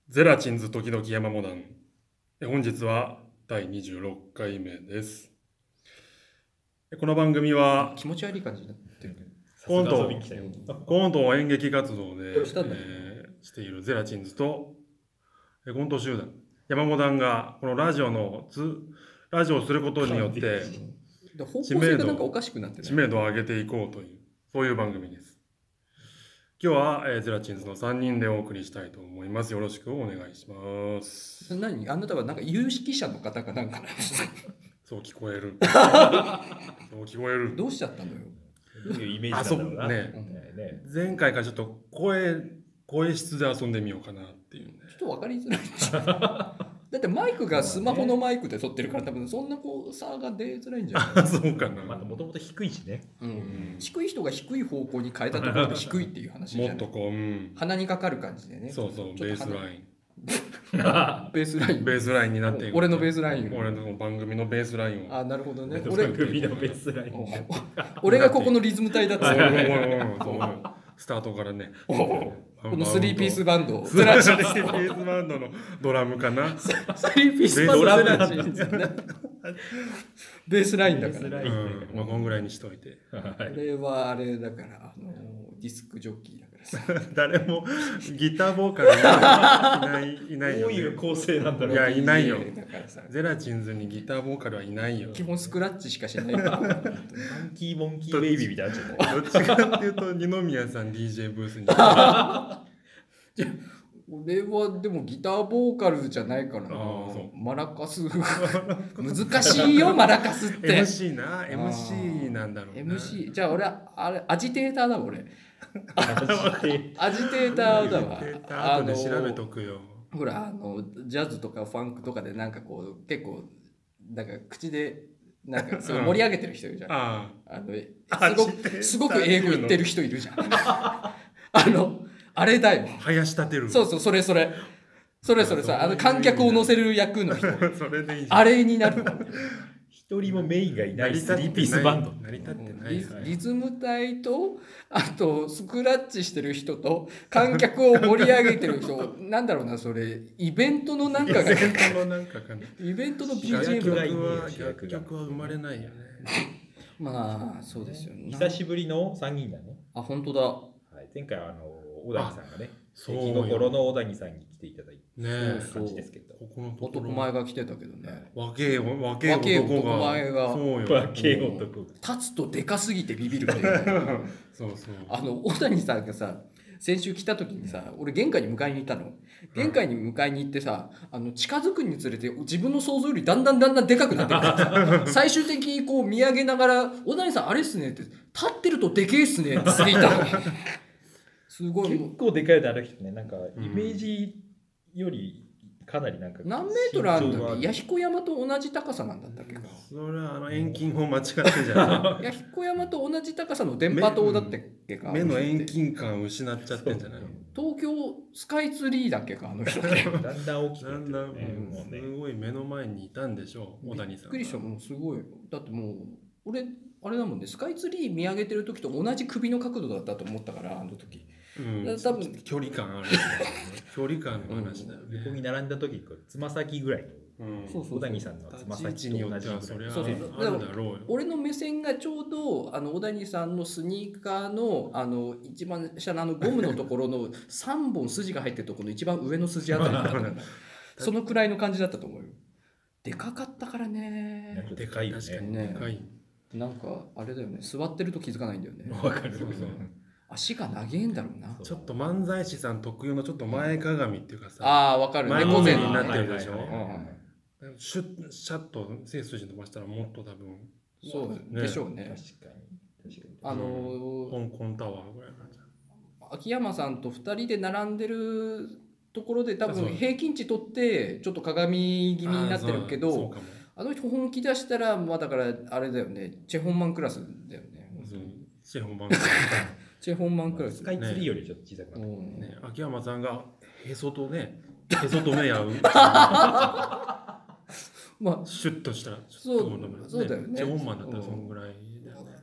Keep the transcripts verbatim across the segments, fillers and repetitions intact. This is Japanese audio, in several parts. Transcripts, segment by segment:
ゼラチンズ時々山モダン。本日はだいにじゅうろっかいめです。この番組は気持ち悪い感じになってるね。 コント、コントを演劇活動で、 どうしたんだえーしているゼラチンズとコント集団山モダンがこのラジオのつラジオをすることによって方向性がなんかおかしくなってない。 知名度を上げていこうというそういう番組です。今日は、えー、ゼラチンズのさんにんでお送りしたいと思います。よろしくお願いします。 何あなたはなんか有識者の方かなんかそう聞こえる。そう聞こえる。 どうしちゃったのよ。 どういうイメージなんだろうな。 ね、ね前回からちょっと声声質で遊んでみようかなっていうね。 ちょっと分かりづらいでしょ。だってマイクがスマホのマイクで撮ってるから多分そんなこう差が出づらいんじゃない？ そうかな。 またもともと低いしね、 うんうん、低い人が低い方向に変えたところで低いっていう話じゃない？ もっとこう、うん、 鼻にかかる感じでね。 そうそうベースラインベースラインベースラインになっていく。 俺のベースライン俺の番組のベースラインを。 あ、なるほどね。 俺番組のベースライン俺がここのリズム隊だったスタートからねこのスリーピースバンドスリーピースバンドのドラムかな。 スリーピースバンドドラムベースラインだから、ね、 うん、まあこんぐらいにしといて。 これはあれだからあのディスクジョッキーだからさ誰もギターボーカルいないいないよ、ね、 どういう構成なんだろう。 いやいないよ。 だからさゼラチンズにギターボーカルはいないよ。 基本スクラッチしかしないからモンキーモンキーベイビーみたいになっちゃった。 どっちかっていうと二宮さん ディージェー ブースにじゃ俺はでもギターボーカルじゃないからな。マラカス難しいよマラカスってエムシー な エムシー なんだろうな。 エムシー じゃあ俺はあれアジテーターだ俺アジテアジテーターだわ。 後で調べとくよ。 ほらあのジャズとかファンクとかでなんかこう結構なんか口でなんかすごい盛り上げてる人いるじゃん。ああのすごくすごく英語言ってる人いるじゃん。あのあれだよ。 林立てる。 そうそうそれそれそれそれさあの観客を乗せる役の人。 それでいい。 あれになる。 一人もメインがいないスリーピースバンド。 成り立ってない。 リ, リズム隊とあとスクラッチしてる人と観客を盛り上げてる人なんだろうなそれイベントのなんかがイベントのなんかかな。 イベントの ビージーエム楽曲は楽曲は生まれないよね。 まあそうですよね。 久しぶりのさんにんだね。 あ本当だ。 はい、前回はあの小谷さんがねそう日頃の小谷さんに来ていただいてね感じですけど、 ここの男前が来てたけどね。 若え若え男が前がそうよ。 若え男立つとでかすぎてビビるっていうそうそう。 あの小谷さんがさ先週来た時にさ俺玄関に迎えに行ったの。玄関に迎えに行ってさあの近づくにつれて自分の想像よりだんだんだんだんでかくなってきて最終的にこう見上げながら小谷さんあれっすねって立ってるとでけえっすねって言ったの。すごい結構でかいのある人ねなんかイメージよりかなりなんか何メートルあるんだっけ？弥彦山と同じ高さなんだったっけか。 それはあの遠近法間違ってじゃん。弥彦山と同じ高さの電波塔だったっけか。 目の遠近感を失っちゃってんじゃないの？ 東京スカイツリーだっけかあの人。だんだん大きくなって、ね、 だんだん、ね、すごい目の前にいたんでしょう小谷さん。 びっくりしたもうすごい。だってもう俺あれだもんねスカイツリー見上げてる時と同じ首の角度だったと思ったからあの時。 うん、多分距離感ある、ね、距離感の話だよね。 横に並んだ時つま先ぐらいの、うん、そうそう小谷さんのつま先と同じぐらい。 それはあるだろうよ。 俺の目線がちょうどあの小谷さんのスニーカーのあの一番下のあのゴムのところのさんぼん筋が入ってるところの一番上の筋あたりだったからそのくらいの感じだったと思うよ。でかかったからね。 でかいよね。 確かにでかい。 なんかあれだよね座ってると気づかないんだよね。 わかる。 そうそう足が長えんだろうな。 ちょっと漫才師さん特有のちょっと前かがみっていうかさ、 ああわかる。 前のめりになってるでしょ。シュッシャッと背筋伸ばしたらもっと多分そうでしょうね。 確かに確かに。 あの香港タワーぐらいなんじゃ。 秋山さんとふたりで並んでるところで多分平均値取ってちょっと鏡気味になってるけど、あの人本気出したらまあだからあれだよねチェホンマンクラスだよね。 チェホンマンクラス。 チェホンマンクラス。 スカイツリーよりちょっと小さくなってるね。秋山さんがへそとねへそと目合う。まあシュッとしたらそうそうだよね。 チェホンマンだったらそのぐらいだよね。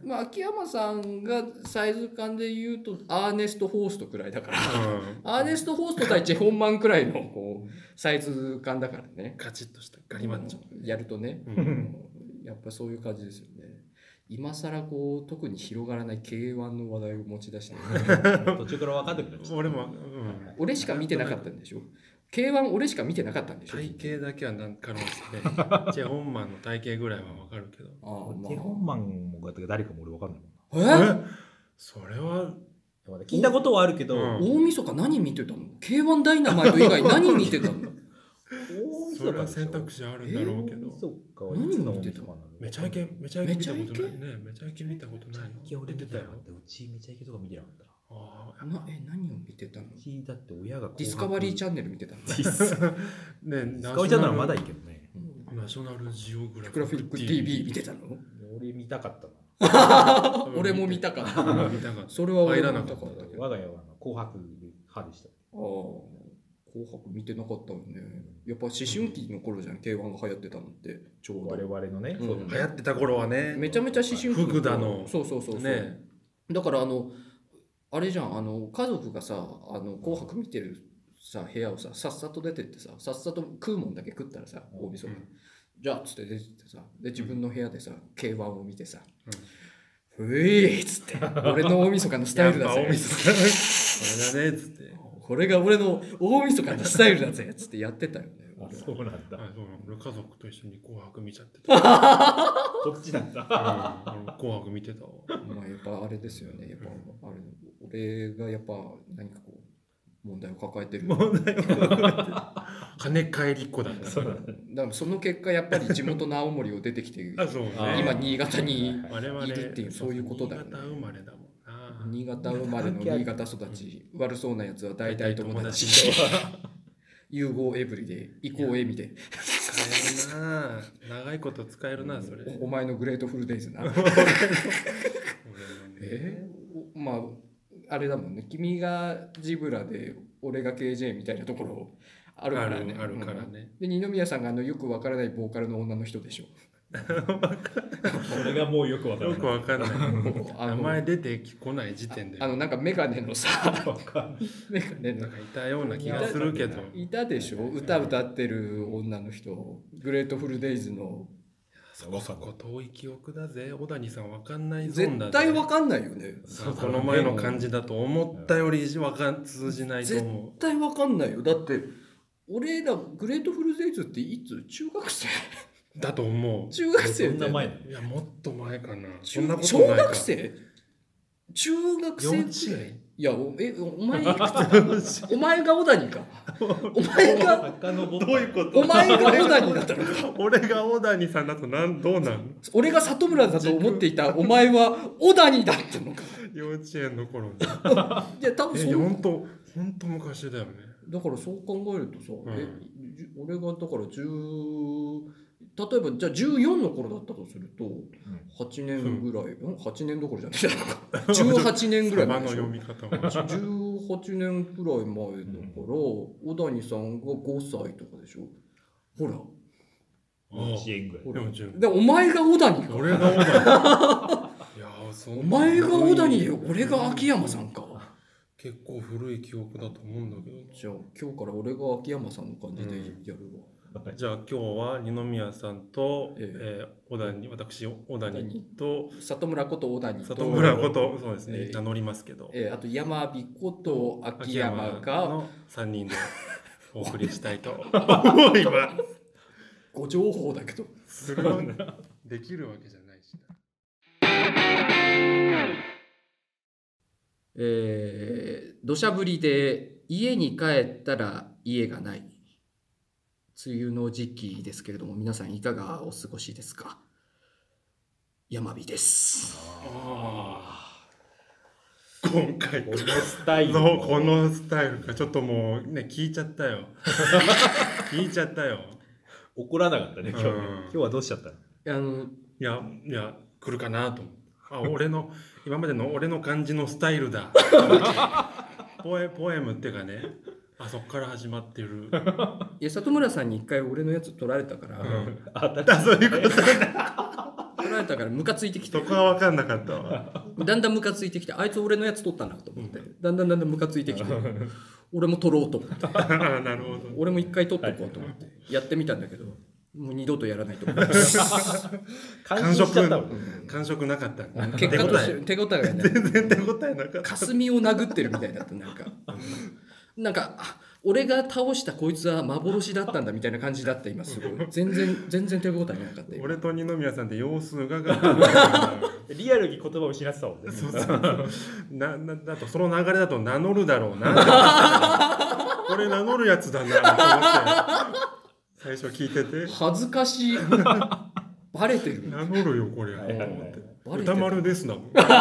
まあ秋山さんがサイズ感で言うとアーネスト・ホーストくらいだから、 うんアーネスト・ホースト対チェホンマンくらいのこうサイズ感だからね。 カチッとしたガリマッチョ。 やるとね、 うんやっぱそういう感じですよね。今更こう特に広がらない ケーワン の話題を持ち出して、ね、 途中から分かんなくなっちゃった。 俺も、うん、 俺しか見てなかったんでしょ。ケーワン 俺しか見てなかったんでしょ。 体型だけはなんかのしてチェホンマンの体型ぐらいは分かるけど。 ああ、まあ、 テホンマンも誰かも俺分かんないもんな。 えそれは聞いたことはあるけど、 うん大晦日何見てたの？ ケーワン ダイナマイト以外何見てたの？ それは選択肢あるんだろうけど。 何を見てたの？ めちゃイケめちゃイケ見たことないね。めちゃイケ見たことないの。 俺出てたよ。 うちめちゃイケとか見てなかった。 ああ、 なえ何を見てたの？ うちだって親がディスカバリーチャンネル見てたの？ ね、ディディスカバリーチャンネルはまだいいけどね。 ナショナルジオグラグラフィック ティービー 見てたの？ 俺見たかったな。 俺も見たかった。 見たかった。 それは俺も入らなかっ見たかったたけど。 我が家は紅白派でした。 ああ、紅白見てなかったもんね。やっぱ思春期の頃じゃん、ケーワン が流行ってたのってちょうど。 我々のね、 うんそうだね流行ってた頃はね。 めちゃめちゃ思春期の頃。 フグだのそうそうそうそう。 ね。 だからあのあれじゃん、あの家族がさ、あの紅白見てるさ部屋をささっさと出てってさ、さっさと食うもんだけ食ったらさ、大晦日、 うんじゃあっつって出てってさ、で自分の部屋でさ ケーワン を見てさ、ふいっつって俺の大晦日のスタイルだぜ。 やっぱ大晦日。これだねっつって。 これが俺の大晦日のスタイルだぜっつってやってたよね。 あ、そうなんだ。 あ、そうなの。俺家族と一緒に紅白見ちゃってた。 こっちなんだ。 うん紅白見てたわ。 まあやっぱあれですよね。やっぱあれ俺がやっぱ何かこう問題を抱えてる。 問題を跳ね返りっ子だった。 そうなんだ。 だからその結果やっぱり地元の青森を出てきてあ、そうね。 今新潟に我々 いるっていうそういうことだよね。 新潟生まれだもんな。 新潟生まれの新潟育ち、悪そうなやつは大体友友達達。 融合エブリで移行エミで使えるな。長いこと使えるな、それ。 おお前のグレートフルデイズな。 俺のねえおまああれだもんね。君がジブラで俺が ケージェー みたいなところあるからね。 あるあるからね。 で二宮さんがあのよくわからないボーカルの女の人でしょ。 それがもうよくわからない。 よくわかんない。 あの名前出てこない時点で。 あのなんかメガネのさ、 わかんない。 メガネのなんかいたような気がするけど。 いたでしょ。歌歌ってる女の人、グレートフルデイズの。 そこそこ遠い記憶だぜ。小谷さんわかんないゾーンだぜ。 絶対わかんないよね。 そうこの前の感じだと思ったよりわかん通じないと絶思う。 対わかんないよ。だって俺らグレートフルデイズっていつ中学生だと思う。 中学生そんな前なの。 いや、もっと前かな。そ中んなこと小ないか。 学生中学生幼くらい稚園いやおえお前いくつお前が小谷かお前がどどういうことお前が小谷だったのか俺が小谷さんだとなんどうなんの俺が里村だと思っていたお前は小谷だったのか幼稚園の頃に。 いや多分え、 そうほんと、ほんと昔だよね。 だからそう考えるとさ、 うんえじゅ俺がだからじゅう例えばじゃあじゅうよんの頃だったとするとはちねんぐらい、うん、はちねんどころじゃないじゃないかじゅうはちねんぐらいサバの前でしょ読み方も。 じゅうはちねんくらい前だから小谷さんがごさいとかでしょほら幼稚園ぐらい。 ほら幼稚園でお前が小谷か俺が小谷。いやー、そんお前が小谷で俺が秋山さんか結構古い記憶だと思うんだけど。 じゃあ今日から俺が秋山さんの感じでやるわ、 じゃあ今日は二宮さんと、 ええー小谷、私、小谷と、 里村こと小谷と里村こと、そうですね、 えー名乗りますけど、 えーあと山火こと秋山がのさんにんでお送りしたいと思います。 ご情報だけどするわできるわけじゃないしな。 えー、土砂降りで家に帰ったら家がない。梅雨の時期ですけれども皆さんいかがお過ごしですか。山火です。 ああ今回このスタイルのこのスタイルかちょっともうね聞いちゃったよ聞いちゃったよ。 怒らなかったね今日ね。 うん今日はどうしちゃったの？ あのいやいや来るかなと思ってあ俺の今までの俺の感じのスタイルだポエポエムっていうかねあそっから始まってるいや里村さんに一回俺のやつ取られたから、 うんあだそういうことだ取られたからムカついてきてそこは分かんなかったわ。 だんだんムカついてきてあいつ俺のやつ取ったなと思ってだんだんだんだんムカついてきて俺も取ろうと思ってなるほど。 俺も一回取っとこうと思ってやってみたんだけどもう二度とやらないと思う感心しちゃったもん。 感触なかった。 結果として手応えがない全然手応えなかった。 霞を殴ってるみたいだったなんかなんかあ俺が倒したこいつは幻だったんだみたいな感じだった今すごい全然全然手応えなかった俺と二宮さんで様子ががリアルに言葉を失ってたもんね。 そうそうななだとその流れだと名乗るだろうなこれ名乗るやつだなと思って最初聞いてて恥ずかしいバレてる名乗るよこれはいはいはい歌丸ですな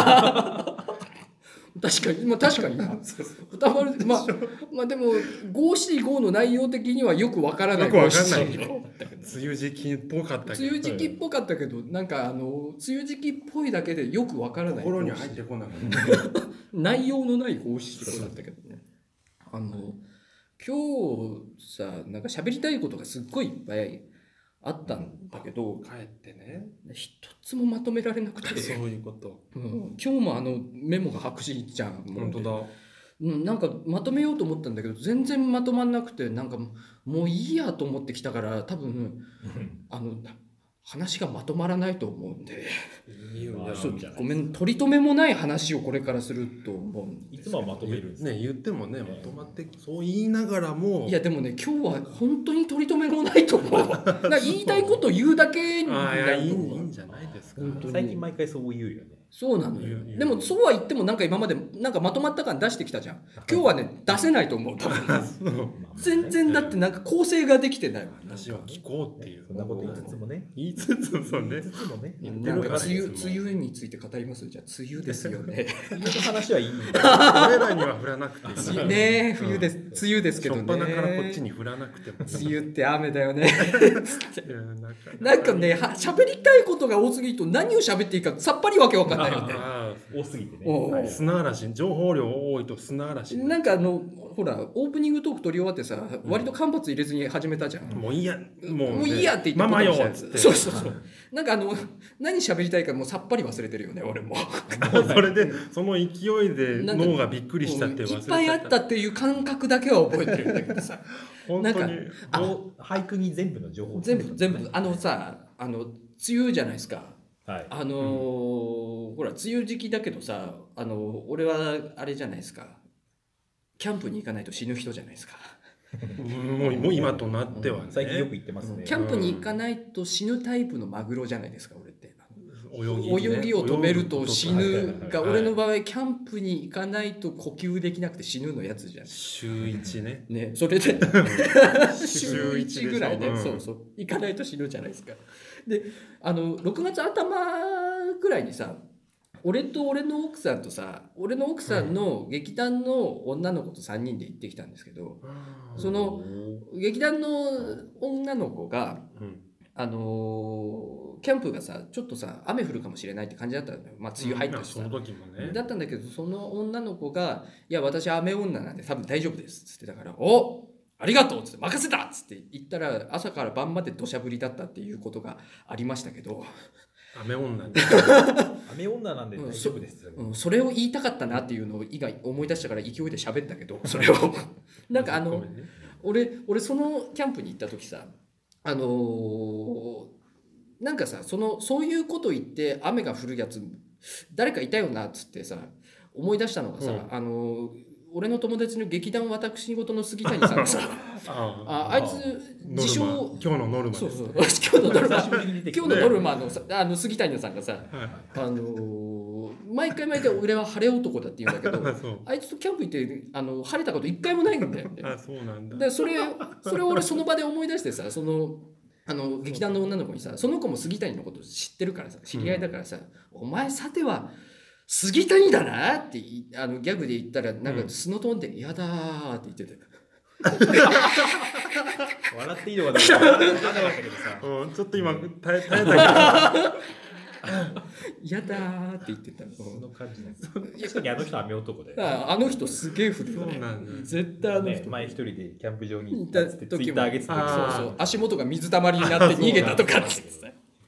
確かに、まあ、確かにな歌丸まあ、まあでもごしごの内容的にはよくわからないよくわかんない梅雨時期っぽかったけど雨時期っぽかったけどなんかあの梅雨時期っぽいだけでよくわからない心に入ってこなかった内容のない五七五だったけどねあの今日さなんか喋りたいことがすっごいいっぱいあったんだけど帰ってね一つもまとめられなくてそういうこと、 うん、今日もあのメモが白紙じゃん本当だうん、なんかまとめようと思ったんだけど全然まとまんなくてなんかもういいやと思ってきたから多分あの話がまとまらないと思うんでいいよねそうごめん取り留めもない話をこれからすると思うんいつもはまとめるんですね言ってもねまとまってそう言いながらもいやでもね今日は本当に取り留めもないと思うなんか言いたいことを言うだけになあいやいいいいると思うんじゃないですか本当に最近毎回そう言うよね。 そうなのよ言う言うでもそうは言ってもなんか今までなんかまとまった感出してきたじゃん今日はね出せないと思う多分全然だってなんか構成ができてないわ話を聞こうっていうそんなこと言いつつもね。 言いつつそうね言いつつもね。 言ってなんかるから梅雨いつも梅雨について語りますじゃあ梅雨ですよね言う話はいいんだよ。 俺らには降らなくていい梅雨ね冬です梅雨ですけどねしょっぱなからこっちに降らなくても梅雨って雨だよねいやなんかなんかねは喋りたいことが多すぎると何を喋っていいかさっぱりわけわかんないよねあ多すぎてね。 おうはい砂嵐情報量多いと砂嵐なんかあのほらオープニングトーク取り終わってさ、割と間髪入れずに始めたじゃん、 もういいやもう,、 もういいやって言ってママよことにしたっつってそうそうそうなんかあの何喋りたいかもうさっぱり忘れてるよね俺もそれでその勢いでなんか脳がびっくりしたって忘れちゃったいっぱいあったっていう感覚だけは覚えてるんだけどさ本当になんかどう俳句に全部の情報全部全部あのさあの梅雨じゃないですかはい。 あのーほら梅雨時期だけどさあの俺はあれじゃないですかキャンプに行かないと死ぬ人じゃないですかもうもう今となってはね最近よく言ってますね。 キャンプに行かないと死ぬタイプのマグロじゃないですか俺って泳ぎね泳ぎを止めると死ぬがはい俺の場合キャンプに行かないと呼吸できなくて死ぬのやつじゃん週一ねねそれで週週い一でしょちぐらいね、 うんそうそう行かないと死ぬじゃないですかであのろくがつ頭ぐらいにさ俺と俺の奥さんとさ俺の奥さんの劇団の女の子とさんにんで行ってきたんですけど、その劇団の女の子がうんあのーキャンプがさちょっとさ雨降るかもしれないって感じだったんだよまあ梅雨入ったしさ、 その時もねだったんだけどその女の子が「いや私雨女なんで多分大丈夫です」っつってだから「おありがとう」っつって「任せた」っつって言ったら朝から晩まで土砂降りだったっていうことがありましたけど、 雨女で雨女なんで大丈夫ですよね。 うん、それを言いたかったなっていうのを以外思い出したから勢いで喋ったけどそれをなんかあのごめんね俺俺そのキャンプに行った時さあのーなんかさそのそういうこと言って雨が降るやつ誰かいたよなっつってさ思い出したのがさ、 うんあのー俺の友達の劇団私事の杉谷さんがさあああいつノル自称マ今日のノルマですそうそう今日のノルマ久しぶりに出てきた今日のノルマのさあの杉谷さんがさはいあのー毎回毎回俺は晴れ男だって言うんだけどそうあいつとキャンプ行ってあの晴れたこと一回もないんだよね。 あそうなんだでそれそれを俺その場で思い出してさそのあの劇団の女の子にさその子も杉谷のこと知ってるからさ知り合いだからさ「お前さては杉谷だな」っていあのギャグで言ったらなんか素のトーンで「やだー」って言ってて。 笑っていいのかな分かんなかったけどさ。 うんちょっと今耐え耐えたけどやだーって言ってたそのの感じなんです。確かにあの人雨男で。 ああの人すげえ古いよねそうなんだ絶対あのね人、 前一人でキャンプ場に行った行ったっつってツイ時もッター上げてた時あーそうそう足元が水たまりになって逃げたとかって言ってさっ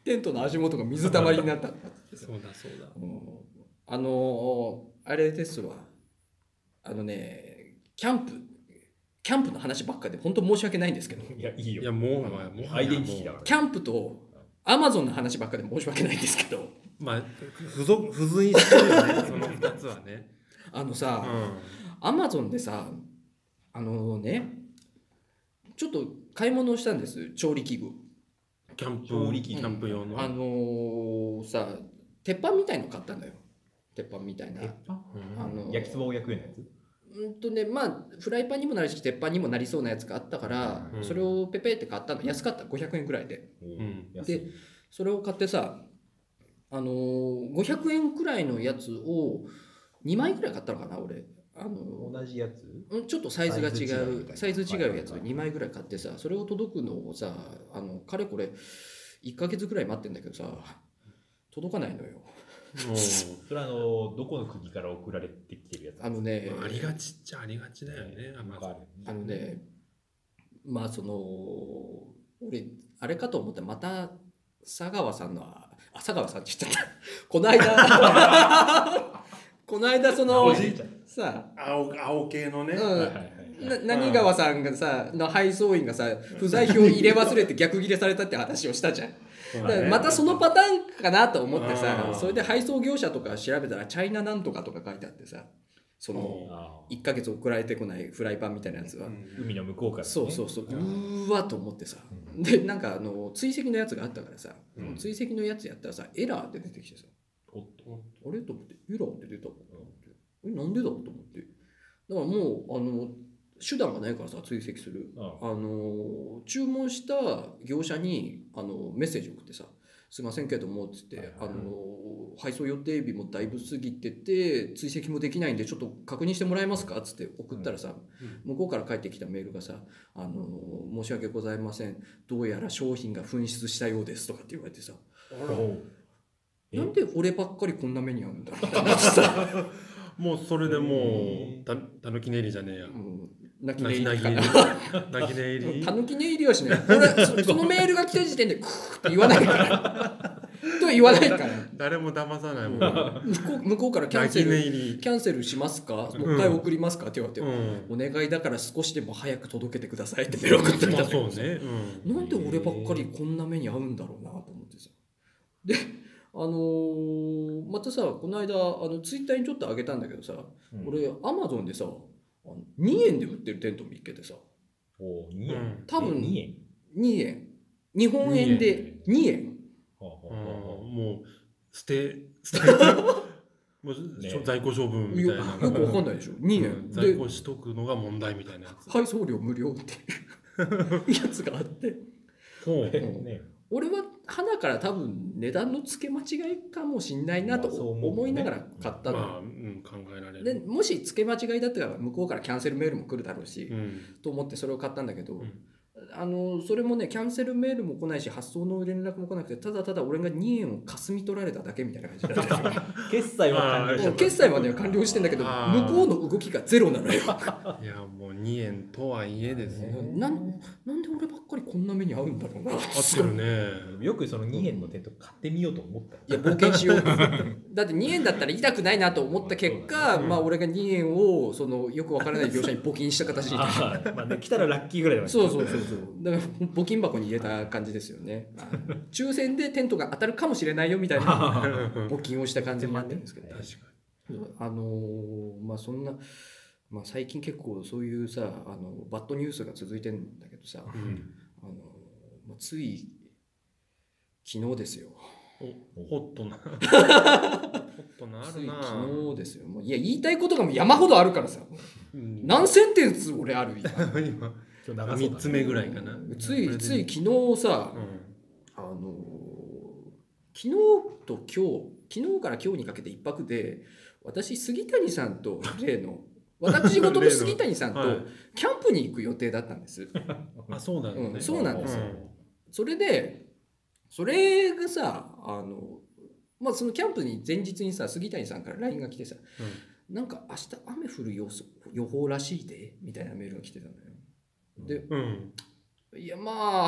テントの足元が水たまりになったんだってさ。 そうだそうだ。 うん、あのー、あれですわ。あのね、キャンプ、キャンプの話ばっかで本当申し訳ないんですけど、 いや、いいよ。 いやもうまあもうアイデンティティだから。 キャンプとアマゾンの話ばっかで申し訳ないんですけど、 まあ付属付随してるよねそのふたつはね。 あのさ、 うん。 アマゾンでさ、あのね、ちょっと買い物をしたんです、調理器具。 キャンプ調理器キャンプ用の。 あのー、さ、鉄板みたいの買ったんだよ。鉄板みたいな。 鉄板、 あのー、 焼きそばを焼くようなやつ。 うんとね、まあフライパンにもなるし鉄板にもなりそうなやつがあったから、 うん、 それをペペって買ったの。安かった、ごひゃくえんくらいで。 うん、 でそれを買ってさ、あのー、ごひゃくえんくらいのやつをにまいくらい買ったのかな俺。あのー、 同じやつ、 うん、ちょっとサイズが違うサイズ違うやつをはいはいはいにまいぐらい買ってさ、それを届くのをさ、あのかれこれいっかげつくらい待ってんだけどさ、届かないのよ。 もうそれはあのどこの国から送られてきてるやつ。 あのね、 まあ、ありがちっちゃありがちだよね。あんまあるあのね、まあその俺あれかと思ったらまた佐川さんのあ佐川さんって言っちゃったこの間この間そのおじいちゃんさ青青系のね。 うんはいはいはいな何川さんがさの配送員がさ不在票入れ忘れて逆切れされたって話をしたじゃん。 そうだからまたそのパターンかなと思ってさ、 うんそれで配送業者とか調べたらチャイナなんとかとか書いてあってさ、そのあいっかげつ送られてこないフライパンみたいなやつは、 うんー海の向こうから、ね、 そうそうそう、ううんーわと思ってさ、 うんでなんかあの追跡のやつがあったからさ、 うん追跡のやつやったらさエラーって出てきてさ、 おっとあれと思ってエラーって出たと思って、えなんでだと思って、だからもうあの手段がないからさ追跡する、 うんあの注文した業者にあのメッセージ送ってさ、すいませんけどもっつって、 はいはいあの配送予定日もだいぶ過ぎてて追跡もできないんでちょっと確認してもらえますかっつって送ったらさ、向こうから返ってきたメールがさ、あの申し訳ございません、どうやら商品が紛失したようですとかって言われてさ、 あらおうえなんで俺ばっかりこんな目に遭うんだろうってなってさ、 もうそれでもへうたたぬき寝入りじゃねえや。 うん泣き泣寝入き寝入りりかな。 泣き寝入り。 たぬき寝入りはしない。俺そそのメールが来た時点でクーって言わないからと言わないから誰も騙さないもん。 向こう向こうからキャン泣き寝セル入り。 キャンセルしますか、もう一回送りますかって言われて、 うん。 お願いだから少しでも早く届けてくださいってメール送ってきまあたんだけどさ、 そうね。うん。 なんで俺ばっかりこんな目に遭うんだろうなと思ってさ、であのーまたさこの間あのツイッターにちょっと上げたんだけどさ、 うん俺アマゾンでさあのにえんで売ってるテント見っけてさ、 おうにえん、 うん多分えにえん、 にえん日本円でにえん、 うはあはあはんもう捨て捨てもうね在庫処分みたいな。 よよくわかんないでしょにえん、 うん在庫でしとくのが問題みたいなやつ。 配送料無料っていうやつがあって、 ほうあね俺は花から多分値段の付け間違いかもしんないなとまあそう思うね思いながら買ったの、 まあ、うん、考えられでる。 もし付け間違いだったら向こうからキャンセルメールも来るだろうし、 うん。 と思ってそれを買ったんだけど、 んあのそれもねキャンセルメールも来ないし発送の連絡も来なくて、ただただ俺がにえんをかすみ取られただけみたいな感じだった決済は完了しもう決済までは完了してんだけどあー向こうの動きがゼロなのよいや、もうにえんとはいえですよ。 なんなんで俺ばっかりこんな目に遭うんだろうな合ってるね。 よくそのにえんのテント買ってみようと思った。 いや冒険しようだってにえんだったら痛くないなと思った結果、 うんまあ俺がにえんをそのよくわからない業者に募金した形にあーまあね、来たらラッキーぐらいだねそうそうそうそうだから募金箱に入れた感じですよね。あの抽選でテントが当たるかもしれないよみたいな募金をした感じになってるんですけど、 確かあのーまあそんな、まあ、最近結構そういうさあのバッドニュースが続いてるんだけどさ、 に。うん。 あのまあ、つい昨日ですよ。 おホットな。ホットなあついるな。 昨日ですよ。もういや言いたいことがもう山ほどあるからさ、 うん何センテンス俺ある今。 今今日長そうだね三つ目ぐらいかな。 ついつい昨日さ、 うん。 あの昨日と今日昨日から今日にかけて一泊で私杉谷さんと例の私事の杉谷さんとはいキャンプに行く予定だったんです。 あ、そうだよね。 うんそうなんですようんそれでそれがさあのまあそのキャンプに前日にさ杉谷さんから ライン が来てさ、なんか明日雨降る予想予報らしいでみたいなメールが来てたのよ。でうん。 いやまあ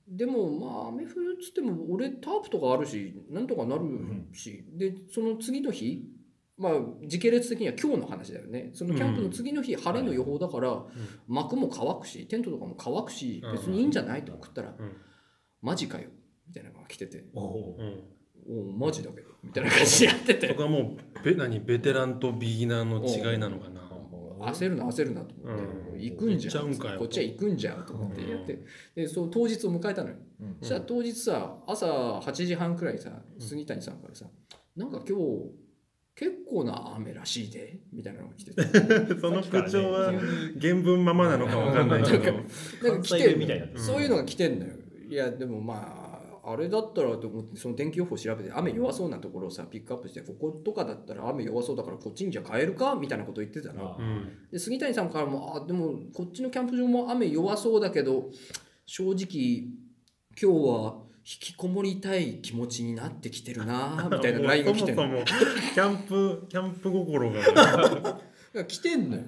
でもまあ雨降るっつっても俺タープとかあるしなんとかなるし、うん、でその次の日まあ時系列的には今日の話だよね。そのキャンプの次の日、うん、晴れの予報だから、うん、幕も乾くしテントとかも乾くし、うん、別にいいんじゃないと送ったら、うん、マジかよみたいなのが来てて、おお、おマジだけどみたいな感じでやってて、 そこはもうベ何ベテランとビギナーの違いなのかな。 焦るな焦るなと思って、うん、行くんじゃんこっちは行くんじゃんと思ってやって、うん、でそう当日を迎えたのよ、うん、そしたら当日さ朝はちじはんくらいさ杉谷さんからさ、うん、なんか今日結構な雨らしいでみたいなのが来ててその口調は原文ままなのかわかんないけどなんか来てみたいな、そういうのが来てんのよ。いやでもまああれだったらと思ってその天気予報調べて雨弱そうなところをさピックアップしてこことかだったら雨弱そうだからこっちにじゃ変えるかみたいなこと言ってたの、うん、で杉谷さんからもあでもこっちのキャンプ場も雨弱そうだけど正直今日は引きこもりたい気持ちになってきてるなみたいなラインが来てるそもそもキャンプキャンプ心が来てんのよ、うん、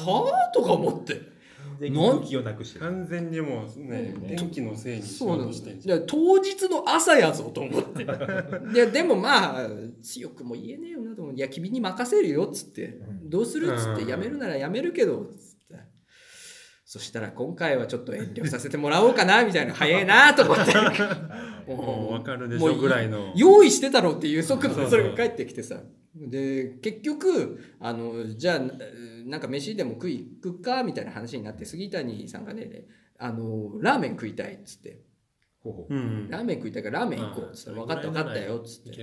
はぁとか思って完全にをなくして完全にもうね、うん、天気のせいにしようとしてんじゃん。当日の朝やぞと思ってで, でもまあ強くも言えねえよなと思って、いや君に任せるよっつって、うん、どうするっつってやめるならやめるけどっつって、そしたら今回はちょっと遠慮させてもらおうかなみたいな早いなと思ってもう分かるでしょぐらいの用意してたろっていう速度でそれが返ってきてさ、で結局あのじゃあなんか飯でも食い行くかみたいな話になって杉谷さんがねあのラーメン食いたいっつって、ほうほう、うん、ラーメン食いたいからラーメン行こうっつって分かった分かったよっつって、うん、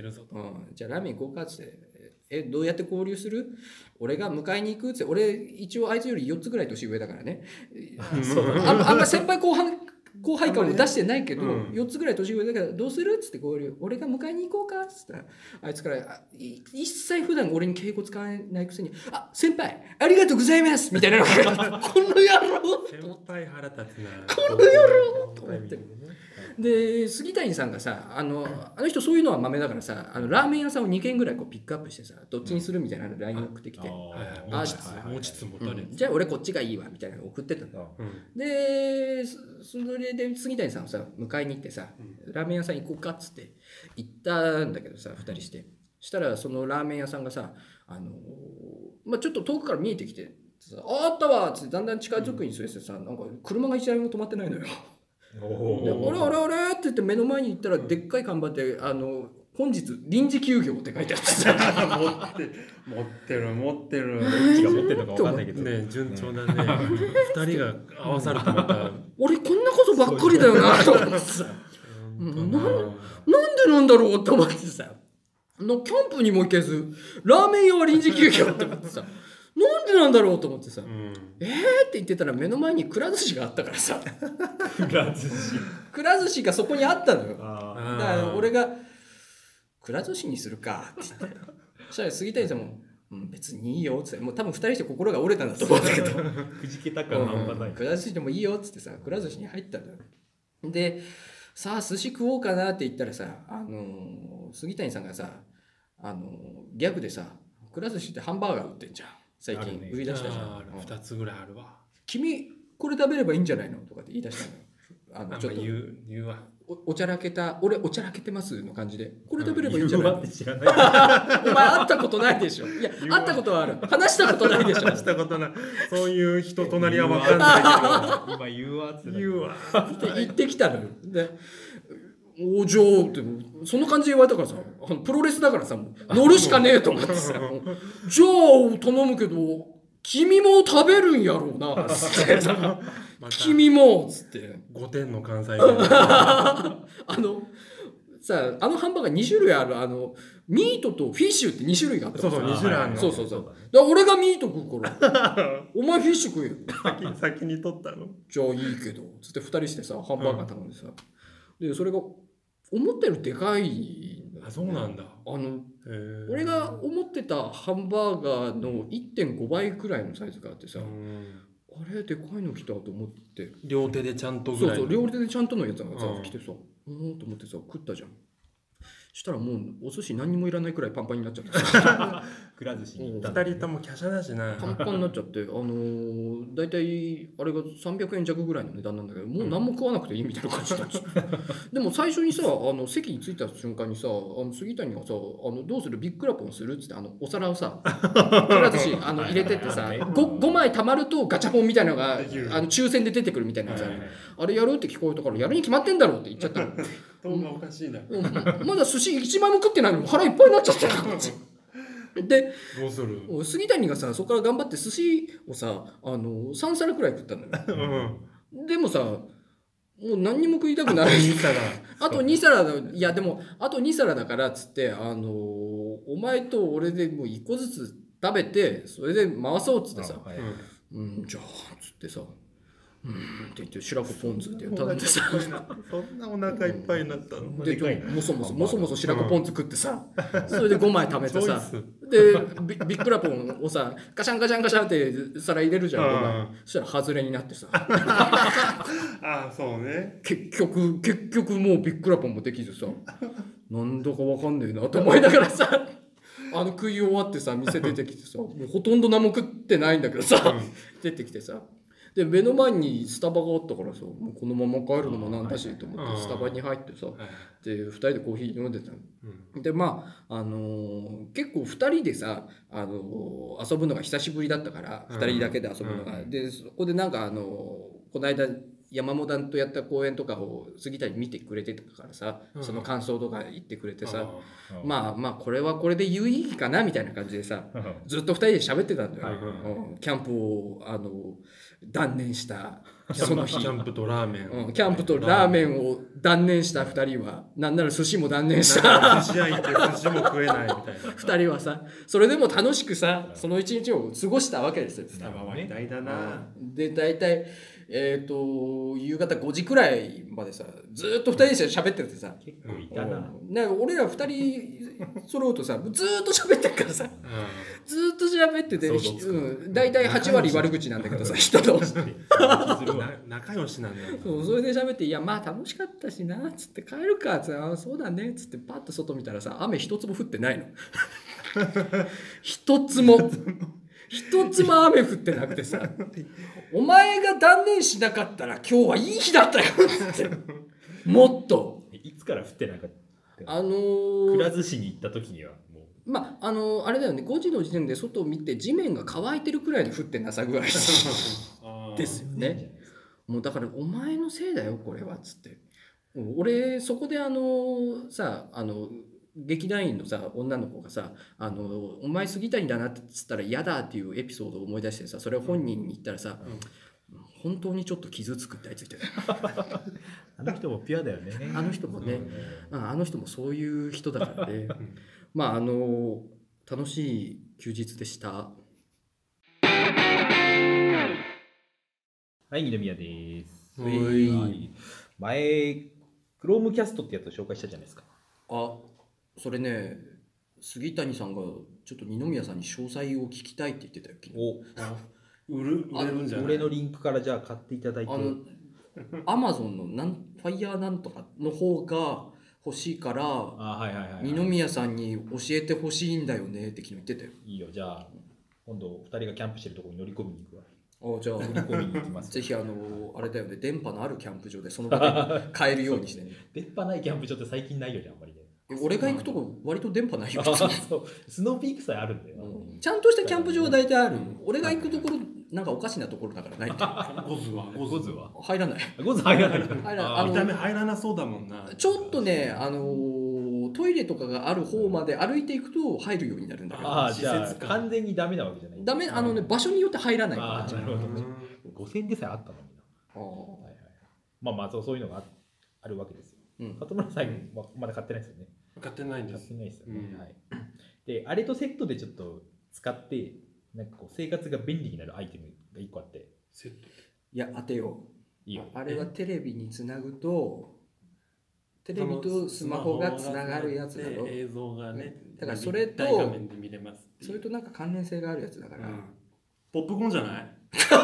じゃあラーメン行こうかっつって、えどうやって交流する？俺が迎えに行くっつって、俺一応あいつよりよっつぐらい年上だからねあ, あんま先輩後半後輩感を出してないけど、うん、よっつぐらい年上だからどうするっつって合流、俺が迎えに行こうかっつったらあいつからあ一切普段俺に敬語使わないくせにあ先輩ありがとうございますみたいなのがこの野郎先輩腹立つなこの野郎と思ってで杉谷さんがさあのあの人そういうのは豆だからさあのラーメン屋さんをにけんぐらいこうピックアップしてさどっちにするみたいな ライン 送ってきて、 うん、ああ持ちつ持たれつ、 うん、じゃあ俺こっちがいいわみたいなの送ってたの、うん、でそれで杉谷さんをさ迎えに行ってさ、うん、ラーメン屋さん行こうかっつって行ったんだけどさふたりしてしたらそのラーメン屋さんがさあの、まあ、ちょっと遠くから見えてきてさああったわっつってだんだん近づくにつれてさなんか車が一台も止まってないのよであれあれあれって言って目の前に行ったらでっかい看板であの本日臨時休業って書いてあってさ持って持ってる持ってるどっちが持ってるのか分かんないけどね順調だねふたりが合わさるとまた俺こんなことばっかりだよなと思ってさな, なんでなんだろうって思ってさのキャンプにも行けずラーメン屋は臨時休業って思ってさなんでなんだろうと思ってさ、うん、えーって言ってたら目の前にくら寿司があったからさくら寿司くら寿司がそこにあったのよ。あだから俺がくら寿司にするかって言ってそしたら杉谷さんも、うん、別にいいよってもう多分ふたりして心が折れたんだと思うんだけどくじけたから半端ない、 うん、くら寿司でもいいよっつってさくら寿司に入ったんだよ。でさあ寿司食おうかなって言ったらさあのー、杉谷さんがさあのー、ギャグでさくら寿司ってハンバーガー売ってんじゃん最近売り出したじゃん、 ね、ふたつぐらいあるわ。 君これ食べればいいんじゃないのとかって言い出したのよ。あのちょっと言う言うわお, おちゃらけた俺おちゃらけてますの感じでこれ食べればいいんじゃないの、うん、 知らないお前会ったことないでしょ。いや会ったことはある話したことないでしょ話したことないそういう人隣は分かんないけど今言うわって言うわって言ってきたのよ。でおじゃあってそんな感じで言われたからさプロレスだからさ乗るしかねえと思ってさじゃあ頼むけど君も食べるんやろうなっつってま、君もっつってごてんの関西あのさあのハンバーガーに種類あるあのミートとフィッシュってに種類があったそうそうに種類あるのそうそうそうだから俺がミート食うからお前フィッシュ食えよ先, 先に取ったのじゃあいいけどつってふたりしてさハンバーガー頼んでさ、うん、でそれが思ったよりでかいんだよね。 あそうなんだ。 あの俺が思ってたハンバーガーの いってんご 倍くらいのサイズがあってさあれでかいの来たと思って両手でちゃんとぐらいそうそう両手でちゃんとのやつがさ来てさうんと思ってさ食ったじゃん。したらもうお寿司何にもいらないくらいパンパンになっちゃってくら寿司に行ったん二だね人とも華奢だしな。 パンパンになっちゃって、あのー、大体あれがさんびゃくえん弱ぐらいの値段なんだけど、もう何も食わなくていいみたいな感じだったでも最初にさ、あの席に着いた瞬間にさ、あの杉谷がさ、あのどうするビッグラポンするっつって、あのお皿をさ、くら寿司あの入れてってさ、ご, ごまい貯まるとガチャポンみたいなのがあの抽選で出てくるみたいなやつ、あれやるって聞こえたから、やるに決まってんだろうって言っちゃったの。 動画おかしいな。 まだ寿司いちまいも食ってないのに腹いっぱいになっちゃったよ。でどうする？ 杉谷がさ、そこから頑張って寿司をさ、あのさん皿くらい食ったのよ。 うん。 でもさ、もう何にも食いたくない。あとに皿だ。いやでもあとに皿だからっつって、あのお前と俺でもういっこずつ食べて、それで回そうっつってさ、 はいうん、じゃあっつってさ、うんって言って白子ポン酢って頼んでさ、 そんなお腹いっぱいになったの？ でもそもそもそもそ白子ポン酢食ってさ、それでごまい食べてさ、 チョイでビビッグラポンをさガシャンガシャンガシャンって皿入れるじゃん、 うんごまい。そしたら外れになってさ、 ああ、そうね。 結局結局もうビッグラポンもできずさ、なんだかわかんねえなと思いながらさ、あの食い終わってさ、店出てきてさ、もうほとんど何も食ってないんだけどさ、出てきてさ、で目の前にスタバがあったからさ、もうこのまま帰るのもなんだしと思ってスタバに入ってさ、でふたりでコーヒー飲んでたの。でまああのー、結構ふたりでさ、あのー、遊ぶのが久しぶりだったからふたりだけで遊ぶのが、でそこでなんかあのー、この間山本団とやった公演とかを杉谷見てくれてたからさ、その感想とか言ってくれてさ、まあまあこれはこれで有意義かなみたいな感じでさ、ずっとふたりで喋ってたんだよ、うん、キャンプをあの断念したその日、 キャンプとラーメン、 うん、キャンプとラーメンを断念したふたりは、なんなら寿司も断念した寿司屋行って寿司も食えないみたいなふたりはさ、それでも楽しくさその一日を過ごしたわけですよ。 スタバは偉大だな。 で大体えー、と夕方ごじくらいまでさ、ずっとふたりで喋っててさ、 結構いたな。 なんか俺らふたり揃うとさ、ずっと喋ってるからさ、うん、ずっと喋ってて、うん、大体はち割悪口なんだけどさ、人と仲良しなんだよ。 そう、それで喋って、いやまあ楽しかったしなっつって帰るかっつって、あそうだねっつってパッと外見たらさ、雨一つも降ってないの。一つも一つも雨降ってなくてさ、お前が断念しなかったら今日はいい日だったよっつって、もっといつから降ってなかった？ あのー、 くら寿司に行った時にはもうまああのー、あれだよね、ごじの時点で外を見て地面が乾いてるくらいで降ってなさ具合ですよね。もうだからお前のせいだよこれはっつって、俺そこであのー、さあの劇団員のさ女の子がさ、あのお前杉谷だなって言ったら嫌だっていうエピソードを思い出してさ、それを本人に言ったらさ、うん、本当にちょっと傷つくってあいつ言ってた。 あの人もピュアだよね。 あの人もね、うん、あの人もそういう人だからね。まああの楽しい休日でした。はい、二宮です。 はい、 前クロームキャストってやつを紹介したじゃないですか。 あ、それね、杉谷さんがちょっと二宮さんに詳細を聞きたいって言ってたよ。 お、 売る売れるんじゃない？ 俺のリンクからじゃあ買っていただいて。 あのアマゾンのなんファイヤーなんとかの方が欲しいから、 あ、はいはいはい、 二宮さんに教えてほしいんだよねって昨日言ってたよ。 いいよ、じゃあ今度ふたりがキャンプしてるところに乗り込みに行くわ。 あ、じゃあ乗り込みに行きます。 ぜひあのあれだよね、電波のあるキャンプ場でその場で買えるようにしてね。 電波ないキャンプ場って最近ないよね、あんまりね。 俺が行くとこ割と電波ないよ。 そうスノーピークさえあるんだよ、 うん、ちゃんとしたキャンプ場は大体ある。俺が行くところなんかおかしなところだからないんだよ。ゴズはゴズは入らない。 ゴズ入らない。 入ら見た目入らなそうだもんな。 ちょっとね、あのー、トイレとかがある方まで歩いていくと入るようになるんだけど。 ああ、じゃあ完全にダメなわけじゃない。 ダメ、あのね、場所によって入らない。 ああ、なるほどね。ごせんえんでさえあったのにな。あ、はいはい、まあまあそういうのがあるわけですよ。うん、里村さんはまだ買ってないですよね。 買ってないんです。 買ってないですよね。うん、はい。で、あれとセットでちょっと使ってなんかこう生活が便利になるアイテムがいっこあって。 セット。 いや当てよう。いいよ。あれはテレビにつなぐとテレビとスマホがつながるやつだろ。 映像がね。 だからそれと大画面で見れます。 それとなんか関連性があるやつだから。うん、 ポップコーンじゃない？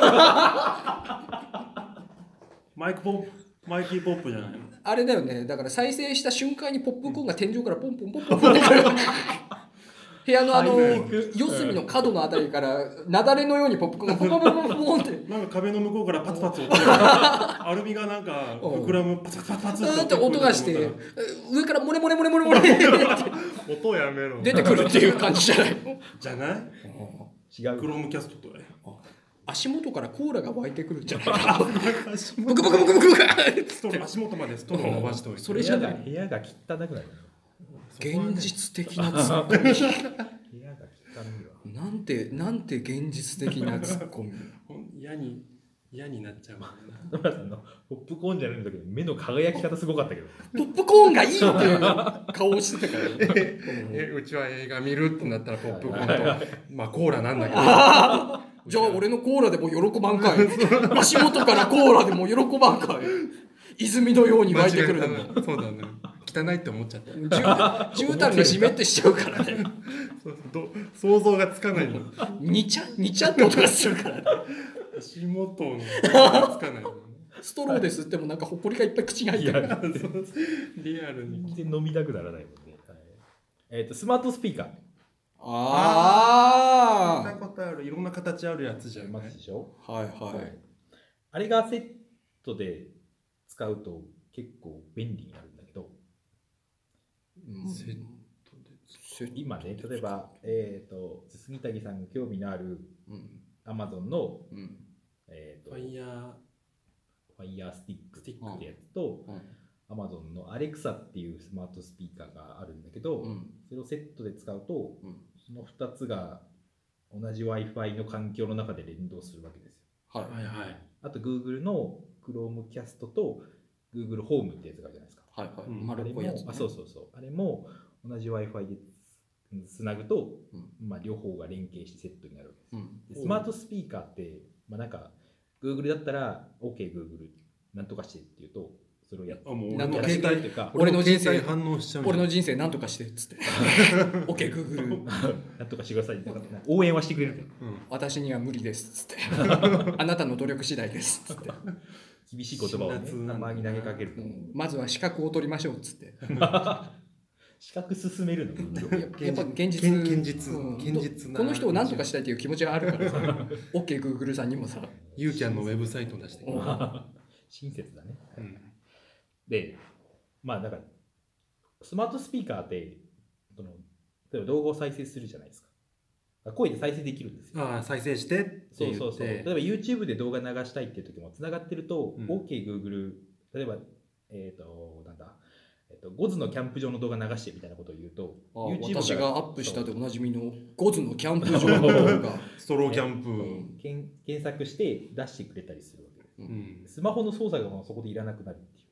マイクポップ。マイキーポップじゃないの？ あれだよね。だから再生した瞬間にポップコーンが天井からポンポンポンポンポンってくる。 部屋のあのはい四隅の角のあたりから雪崩のようにポップコーンがポコポコポコポンってなんか壁の向こうからパツパツ音がアルミがなんか膨らむパツパツパツうーって音がして上からモレモレモレモレモレ音やめろ出てくるっていう感じじゃないじゃない違うクロームキャストとね足元からコーラが湧いてくるんじゃないかブクブクブクブクブクストロー足元までストローを伸ばしておいてそれじゃない部屋が汚くなる現実的なツッコミ部屋が汚いわなんてなんて現実的なツッコミほん嫌に嫌になっちゃうもんな野村さんのポップコーンじゃないんだけど目の輝き方すごかったけどポップコーンがいいっていう顔をしてたからねえうちは映画見るってなったらポップコーンとまあコーラなんだけどじゃあ俺のコーラでも喜ばんかい足元からコーラでも喜ばんかい泉のように湧いてくるのにそうだね汚いって思っちゃったじゅ絨毯が湿ってしちゃうからねそうそうど想像がつかないのにちゃにちゃって音がするからね足元の想像がつかないのストローで吸ってもなんかほこりがいっぱい口に入ってるリアルに全然飲みたくならないもんね、はいえー、とスマートスピーカーあ聞いたことあるいろんな形あるやつじゃんまずでしょ、 あはいはいあれがセットで使うと結構便利になるんだけど、 うんセッセッ今ね例えば、えー、と杉谷さんが興味のあるうんアマゾンの、 うんえー、とファイヤーファイヤースティックってスティックやつと、 うんアマゾンのアレクサっていうスマートスピーカーがあるんだけど、 うんそれをセットで使うと、 うんそのふたつが同じ Wi-Fi の環境の中で連動するわけですよ。 はいはいはいあと Google の Chromecast と Google ホームってやつがあるじゃないですか。 はいはいうん丸っこいやつねあれもあそうそうそうあれも同じ Wi-Fi でつなぐと、 うんまあ、両方が連携してセットになるわけです。 うんでスマートスピーカーって、まあ、なんか Google だったら OKGoogle なんとかしてっていうとそれをやってあもうなんとかやってくれるっていうか俺の人生俺の携帯反応しちゃうじゃん俺の人生なんとかしてっつって OKGoogle なんとかしてくださいって応援はしてくれるけどうん私には無理ですっつってあなたの努力次第ですっつって、 厳しい言葉をね辛辣なんだな周りに投げかけると、 うんまずは資格を取りましょうっつって資格進めるのややっぱ現実現現実うん現実なこの人を何とかしたいという気持ちがあるからさ OKGoogle さんにもさ、 ユーキャンのウェブサイト出してうん親切だね。 うんでまあだからスマートスピーカーってその例えば動画を再生するじゃないですか。声で再生できるんですよ。 ああ再生してって言ってそうそうそう。例えば YouTube で動画流したいっていう時もつながってると、 うん OKGoogle 例えばえっ、となんだえっ、とゴズのキャンプ場の動画流してみたいなことを言うと、 あ YouTube 私がアップしたそうでおなじみのゴズのキャンプ場の動画ストローキャンプうん検検索して出してくれたりするわけです。 うんスマホの操作がもうそこでいらなくなるっていう。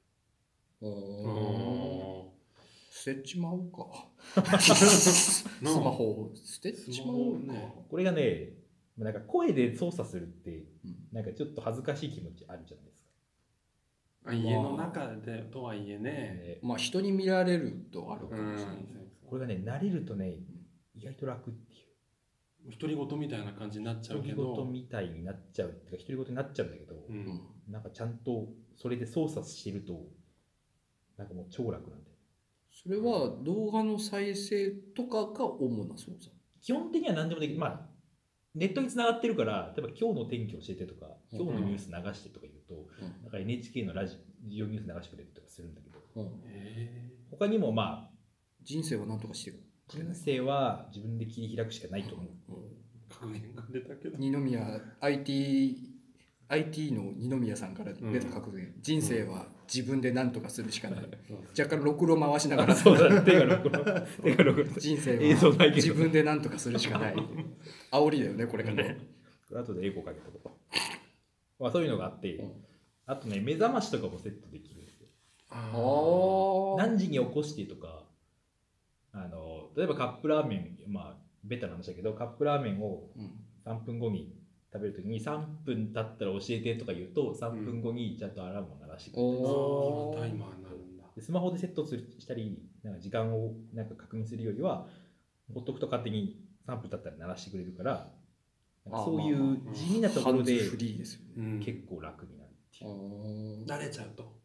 うんあ捨てちまおうかースマホを捨てスちまおうか、 マホねこれがね、なんか声で操作するってうんなんかちょっと恥ずかしい気持ちあるじゃないですか。 あ家の中でとはいえねねまあ人に見られるとあるかうもしれない、 んこれがね慣れるとね意外と楽っていう。 独り言みたいな感じになっちゃう独りけど言みたいになっちゃうっていうか独り言になっちゃうんだけど、 ううんんなんかちゃんとそれで操作してるとなんかもう超楽なんで。 それは動画の再生とかが主な操作基本的には何でもできる。まあネットにつながってるから例えば今日の天気教えてとか今日のニュース流してとか言うと、 うんなんか エヌエイチケー のラジオニュース流してくれるとかするんだけど、 うんへ他にもまあ人生は何とかしてる人生は自分で切り開くしかないと思う。 ー格言が出たけど二宮 アイティー アイティー の二宮さんから出た格言、人生は自分で何とかするしかない、若干ろくろ回しながらそうだね、手がろくろ。手がろくろ。 人生映像ないけどは自分で何とかするしかない煽りだよねこれがねあとでエコかけとこう。まあそういうのがあって、 うんあとね、目覚ましとかもセットできるんですよ。 ああーあ何時に起こしてとか、あの例えばカップラーメン、まあベタな話だけど、カップラーメンをうんさんぷんごに食べるときにさんぷん経ったら教えてとか言うと、さんぷんごにちゃんとアラームを鳴らしてくれたりする。 おータイマーになるんだでスマホでセットするしたりなんか時間をなんか確認するよりはほっとくと勝手にさんぷん経ったら鳴らしてくれるからなんかそういう地味なところでハンズフリーですよねうん結構楽になるっていう。 慣れちゃうと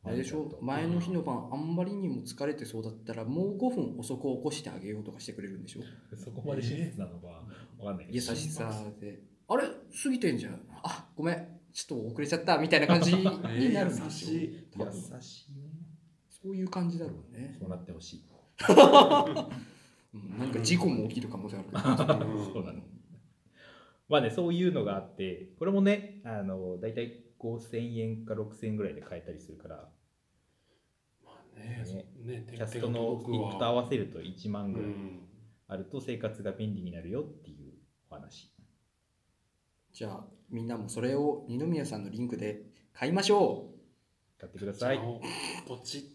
あれでしょ、前の日の晩あんまりにも疲れてそうだったらもうごふん遅く起こしてあげようとかしてくれるんでしょ。 そこまで親切なのかわかんないけど。 優しさで、あれ過ぎてんじゃん、あごめんちょっと遅れちゃったみたいな感じになるんでしょ。 優しい多分優しいね。 そういう感じだろうね。 そうなってほしい。 うんなんか事故も起きる可能性あるからそうだね。まあね、そういうのがあって、これもね、あの大体ごせんえんかろくせんえんぐらいで買えたりするから、 まあねねねキャストのスティックと合わせるといちまんぐらいうんあると生活が便利になるよっていうお話。 じゃあみんなもそれを二宮さんのリンクで買いましょう。 買ってください。 ポチ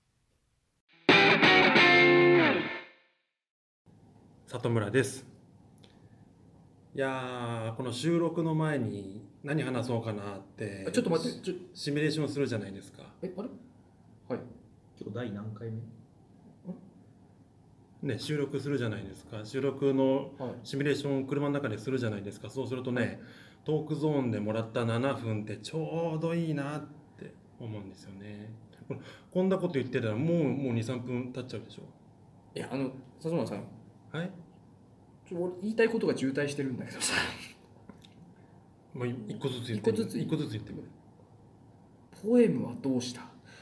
里村です。いやーこの収録の前に何話そうかなってあちょっと待ってちょシミュレーションするじゃないですか。 えあれはい今日第何回目？ ね、収録するじゃないですか。収録のはいシミュレーションを車の中でするじゃないですか。そうするとね、トークゾーンでもらったななふんってちょうどいいなって思うんですよね。ここんなこと言ってたらもうもうにさんぷん経っちゃうでしょ。 いやあの里村さんはい。 ちょ俺言いたいことが渋滞してるんだけどさもうい一個ずつ言ってみ一個ずつ一個ずつ言ってみる。 ポエムはどうした。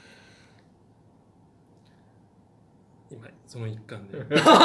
今その一環で。 で、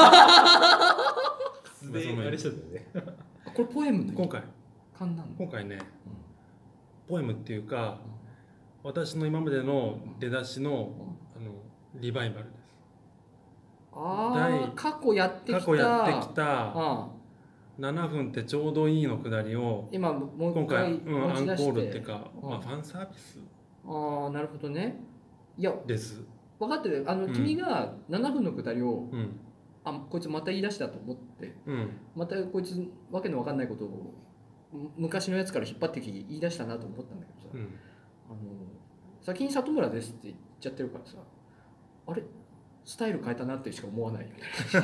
あれしたんだよね。 あこれポエムの今回感なの。 今回ね、ポエムっていうか、私の今までの出だしのあのリバイバルです。 ああ第過去やってきた過去やってきたああななふんってちょうどいいのくだりを今もう今一回回、うん、アンコ持ち出して、 ールっていうか、 うんまあ、ファンサービスああなるほどね。いやです。 分かってるあの、 うん君がななふんのくだりをうんあこいつまた言い出したと思ってうんまたこいつわけのわかんないことをむ昔のやつから引っ張ってきて言い出したなと思ったんだけどさ、 うん。 あの先に里村ですって言っちゃってるからさあれスタイル変えたなってしか思わないよね。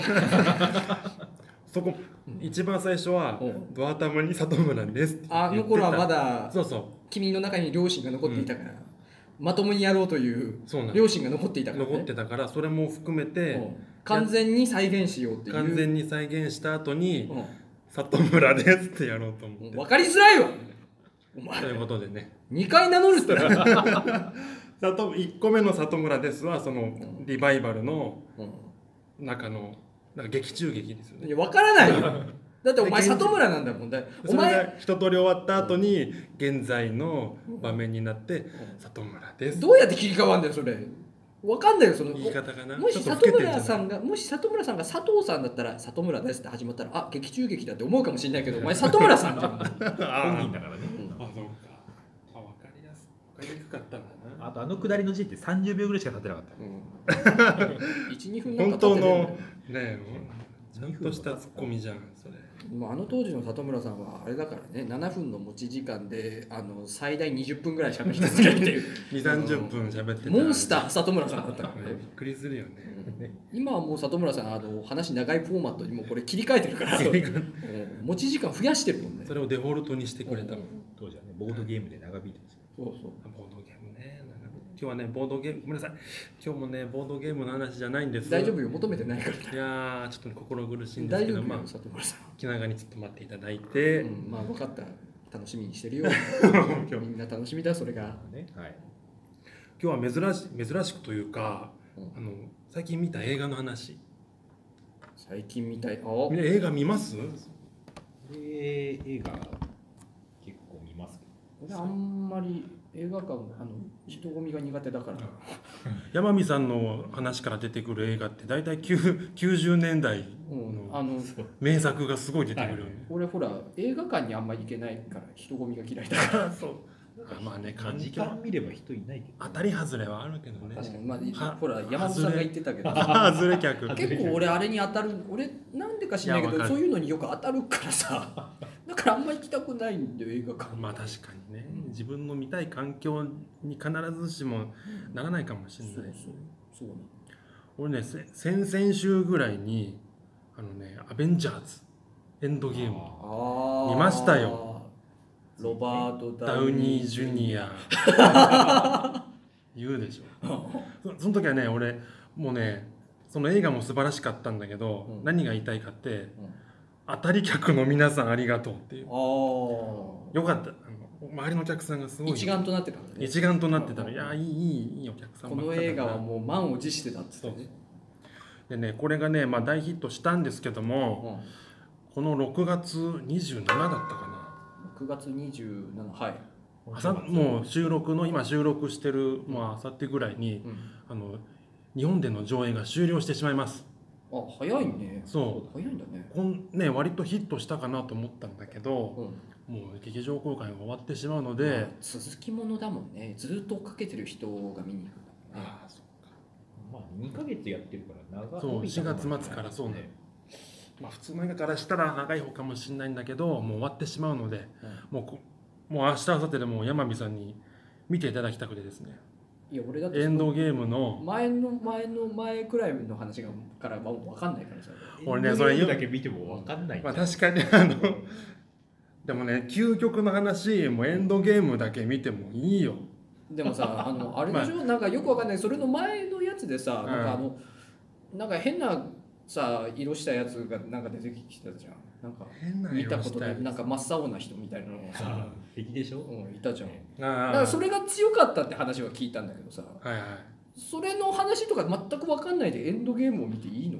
そこうん一番最初はうんドアタムに里村ですって言ってた。 あの頃はまだそうそう君の中に両親が残っていたから、まともにやろうというそうなん両親が残っていたから、ね、 残ってたからそれも含めてうん完全に再現しようっていう完全に再現した後にうん里村ですってやろうと思って。 分かりづらいわお前ということでね。 にかい名乗るって里いっこめの里村ですはそのリバイバルのう中のなんか劇中劇ですよね。 んいや分からないよだってお前里村なんだもんだおそれが前一通り終わった後に現在の場面になって里村です。 どうやって切り替わるんだよそれ分かんないよその言い方がな。 もしちょっと老里村けてんじゃないさんがもし里村さんが佐藤さんだったら里村ですって始まったらあ劇中劇だって思うかもしれないけどお前里村さんじゃん本人だからね。 あ、そうか。あ、わかりやすわかりにくかったんだな。 あとあの下りの字ってさんじゅうびょうぐらいしか経ってなかった。 うん、いちにふんなんか本当の経ってねえんだよねえ、ちゃんとしたツッコミじゃんそれ。 まあ、あの当時の里村さんはあれだからねななふんの持ち時間であの最大にじゅっぷんぐらいしか喋り続けるっていうに、さんじゅっぷん喋ってた。 モンスター里村さんだったからねびっね、 くりするよね。 うん今はもう里村さんあの話長いフォーマットにもうこれ切り替えてるからうん持ち時間増やしてるもんねそれをデフォルトにしてくれたもん。 当時はね、ボードゲームで長引いてますよ。 そうそうボードゲームね。今日はねボードゲームごめんなさい。今日もねボードゲームの話じゃないんです。 大丈夫よ求めてないからいやーちょっと心苦しいんですけど、 大丈夫よまあ里村さん、 気長にちょっと待っていただいて、 うん、まあ分かった楽しみにしてるよみんな楽しみだそれがね、はい。 今日は珍し珍しくというか、 うんあの最近見た映画の話。 最近みたいあみんな映画見ます？ えー、映画結構見ますけ俺あんまり映画館あの人混みが苦手だから山見さんの話から出てくる映画って大体きゅうきゅうじゅうねんだいうん、 のあの名作がすごい出てくるよね。 俺ほら映画館にあんまり行けないから人混みが嫌いだからそう。あまあねど。 環時境間見れば人いないけど。 当たり外れはあるけどね。 確かにまはあほら山本さんが言ってたけど外れ客。 結構俺あれに当たる俺なんでか知らないけいやわかるどそういうのによく当たるからさだからあんまり行きたくないんだよ映画館まあ確かにね、自分の見たい環境に必ずしもならないかもしれない。 そうそうそうなの俺ねせ先々週ぐらいにあのねアベンジャーズエンドゲームあー見ましたよ。 ロバート・ダウニー・ジュニア言うでしょそその時はね俺もうねその映画も素晴らしかったんだけど、 うん何が言いたいかって、 うん当たり客の皆さんありがとうっていうあよかったあの周りのお客さんがすごい一丸となってたんだね。 一丸となってたの、 うんいやいいいいいいお客さんこばっかだなの映画はもう満を持してたっつってね。 でねこれがね、まあ、大ヒットしたんですけども、 うんこのろくがつにじゅうしちだったかくがつにじゅうしちはい。 な朝もう収録の今収録してるまあ明後日ぐらいに、 うんあの日本での上映が終了してしまいます。 あ早いね。 そう早いんだね。 こんね割とヒットしたかなと思ったんだけど、 うんもう劇場公開が終わってしまうのまあで、 続きものだもんね。ずっと追っかけてる人が見に行くんだもんね。 ああそうまあにかげつやってるから長いそうしがつ末からそうねまあ普通の映画からしたら長い方かもしれないんだけどもう終わってしまうので、もうこもう明日明後日でもう山火さんに見ていただきたくてですねいや俺だってエンドゲームの前の前の前くらいの話がからは分かんないからさ。 俺ねそれ言うだけ見ても分かんないんだよまあ確かにあのでもね究極の話もうエンドゲームだけ見てもいいよでもさあのあれでしょ、なんかよくわかんないそれの前のやつでさ、 うんなんかあのなんか変なさ色したやつがなんか出てきたじゃん。なんか変な見たこと色したやつないなんか真っ青な人みたいなのがさ、 敵でしょうん、いたじゃん。 ああだからそれが強かったって話は聞いたんだけどさ、 はいはいそれの話とか全くわかんないでエンドゲームを見ていいの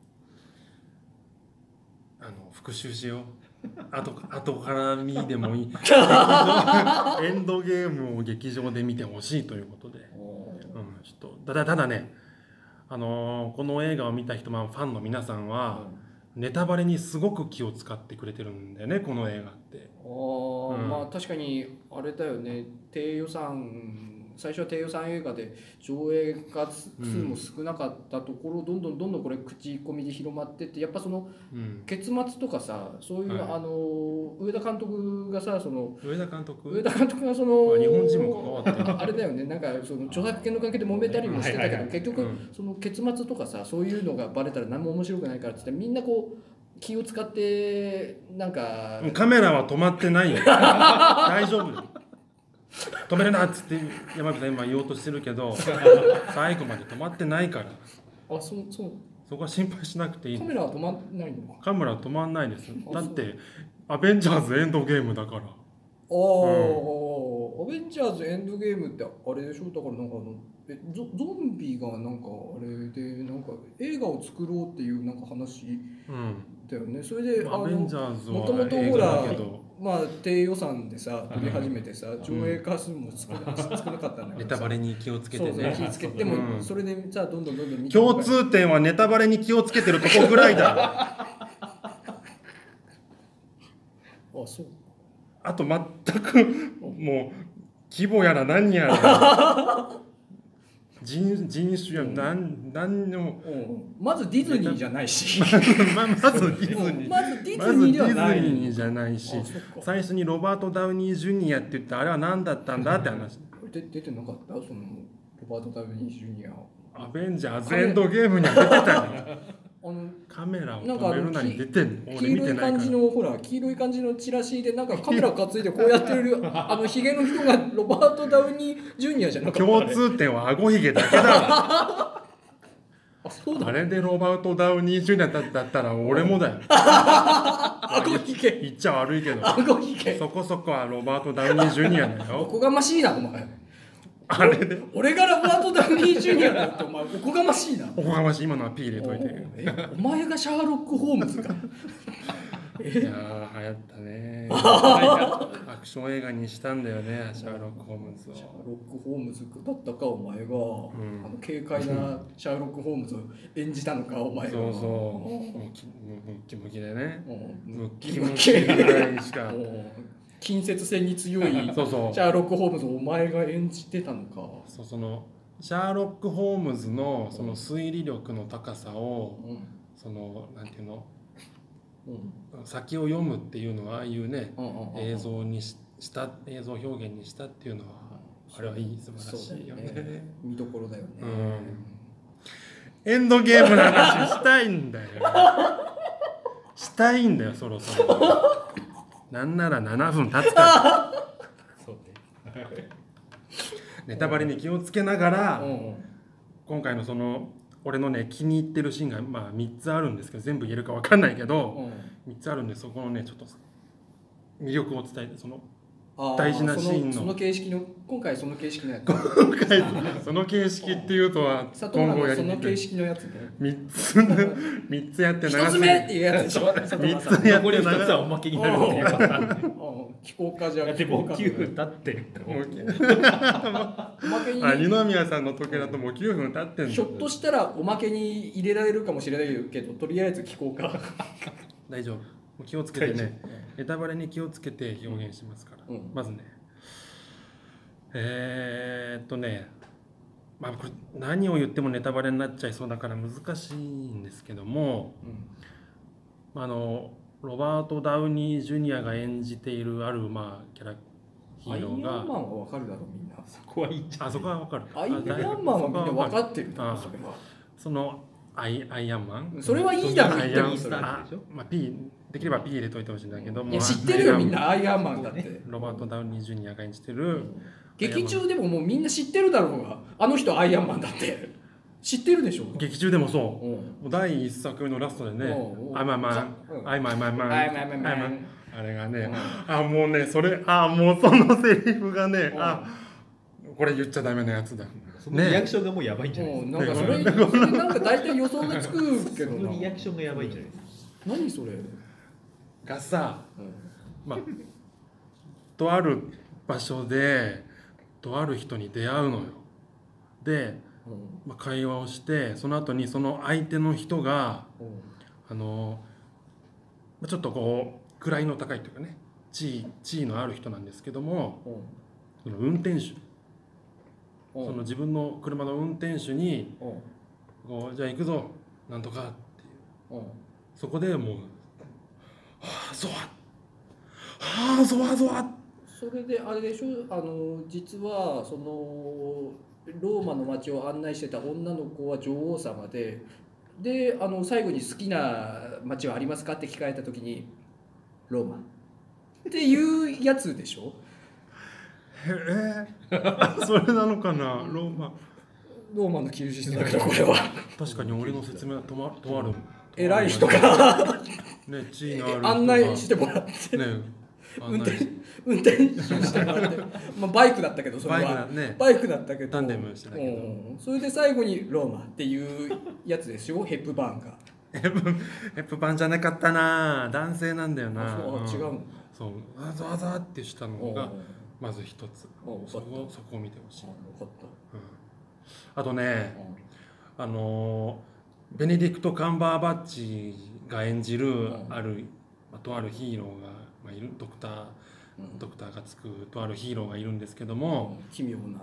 あの復習しよう後後から見でもいい劇場エンドゲームを劇場で見てほしいということで、 俺。 うん、ちょっとただただねあのーこの映画を見た人、まあ、ファンの皆さんは、ネタバレにすごく気を使ってくれてるんだよねこの映画ってあー、 うんまあ確かにあれだよね低予算最初は低予算映画で上映画数も少なかったところ、どんどんどんどんこれ口コミで広まってってやっぱそのうん結末とかさそういう、 はいあの上田監督がさその上田監督上田監督がそのあ日本人も関わってるあれだよねなんかその著作権の関係で揉めたりもしてたけど、 はいはいはい結局、 うんその結末とかさそういうのがバレたら何も面白くないからっつってみんなこう気を使ってなんかカメラは止まってないよ大丈夫止めるなっつって山口さん今言おうとしてるけど最後まで止まってないからあそうそうそこは心配しなくていいカメラは止まんないのかカメラは止まんないですあだってアベンジャーズエンドゲームだからああ、アベンジャーズエンドゲームってあれでしょだからなんかあのえゾゾンビがなんかあれでなんか映画を作ろうっていうなんか話うんだよねそれであアベンのジャーズもともとは映ほら画だけどまあ低予算でさ撮り始めてさ上映回数も少な少なかったんだからネタバレに気をつけてそうそうね気をつけてでうんもそれでさどんどんどんどん見て共通点はネタバレに気をつけてるとこぐらいだあそうあと全くもう規模やら何やら人人種や何何のうんまずディズニーじゃないしままずディズニーまずディまずデズニーではないィズニーじゃないしあそっか最初にロバート・ダウニー・ジュニアって言ってあれは何だったんだって話で出てなかったそのロバート・ダウニー・ジュニアアベンジャーズエンドゲームには出てたよあのカメラを止めるなに出てんの黄俺見色いてないから感じのほら黄色い感じのチラシでなんかカメラ担いでこうやってるあのヒゲの人がロバート・ダウニー・ジュニアじゃなかった共通点は顎ひげだけだあそうだあれでロバート・ダウニー・ジュニアだったら俺もだよ顎ひげ言っちゃ悪いけど顎ひげそこそこはロバート・ダウニー・ジュニアだよおこがましいなお前あれで俺がロバート・ダウニー・ジュニアだってお前おこがましいなおこがましい今のは P 入れといてえお前がシャーロック・ホームズかいやー流行ったねアクション映画にしたんだよねシャーロック・ホームズをシャーロック・ホームズだったかお前が、 んあの軽快なシャーロック・ホームズを演じたのかお前がそうそうムキムキムキでねうんムキムキぐらいしか近接戦に強いそうそうシャーロック・ホームズをお前が演じてたのか、 そうそのシャーロック・ホームズのその推理力の高さをうんそのなんていうのうん先を読むっていうのはああいうねうんうんうん映像にしした映像表現にしたっていうのはあれはいい素晴らしいよねそうだよね見どころだよね、 うんエンドゲームの話したいんだよしたいんだよそろそろなんならななふん経つからそうねネタバレに気をつけながら、 うんうん今回のその俺のね気に入ってるシーンがまあみっつあるんですけど、全部言えるか分かんないけど、 うんみっつあるんで、そこのねちょっと魅力を伝えて、そのあー大事なシーンのそのその形式の今回その形式のやつ今回その形式っていうとは佐藤今後のその形やりにくい式のやつねみっつみっつやって一長すぎつ目っていうやつでしょ佐藤さん三つやって残り一つはおまけになるっていうパターンねうん気候化じゃだってもうきゅうふんだ経ってるって思うおまけにあ二宮さんの時計だともうきゅうふん経ってんだひょっとしたらおまけに入れられるかもしれないけど、とりあえず気候化大丈夫、もう気をつけてね、ネタバレに気をつけて表現しますから、 うんまずねえー、っとねまあこれ何を言ってもネタバレになっちゃいそうだから難しいんですけども、あのロバート・ダウニー・ジュニアが演じているあるまあキャラヒアイアンーローが、 マンはわかるだろみんな。 そこはいいんじゃないあそこはわかるアイアンマンはみんなわかってるだろあそれは。 そのアイアイアンマンそれはいいだろアイアン言ってもそれあまあ P できれば P 入れといてほしいんだけども、 いや知ってるよみんアイなアイアンマンだって。 アンロバート・ダウニー・ジュニアが演じてる劇中でももうみんな知ってるだろうが、あの人アイアンマンだって知ってるでしょ。 劇中でもそう、 うんもう第一作目のラストでねうんうん 「アイマンマンう」ん 「アイマンマンマン」 アイマンマンマンアイマンあれがね、 うんあもうねそれあもうそのセリフがね、 うんあこれ言っちゃダメなやつだそのリアクションがもうやばいんじゃないですかもうなんかそれ、それなんか大体予想がつくけどなその。リアクションがやばいんじゃないですか何それ。 がさうんまあとある場所でとある人に出会うのよ。で、まあ、会話をしてその後にその相手の人があのまあちょっとこう位の高いというかね地位地位のある人なんですけども、その運転手うんその自分の車の運転手にうんこうじゃあ行くぞなんとかっていううんそこでもう「はあゾワッはあゾワゾワ」 それであれでしょ、あの実はそのローマの街を案内してた女の子は女王様で、であの最後に好きな街はありますかって聞かれた時にローマっていうやつでしょ。 ええそれなのかなローマローマの休日だからこれは確かに俺の説明はとまとある偉い人がね地位のある人が案内してもらってね案内運転運転手してもらって、まあ、バイクだったけどそれはバイクだねバイクだったけどタンデムしてたけどうんそれで最後にローマっていうやつですよヘップバーンが。 ヘップヘップパンじゃなかったな男性なんだよなあそうあ違うのそうわざわざってしたのがうんまず一つうんそこ分かったそこを見てほしい、 あよかっうんあとねた。 あのーベネディクト・カンバーバッチが演じるんある、まあとあるヒーローが、まあ、いるドクターうんドクターがつくとあるヒーローがいるんですけども、 奇妙なね。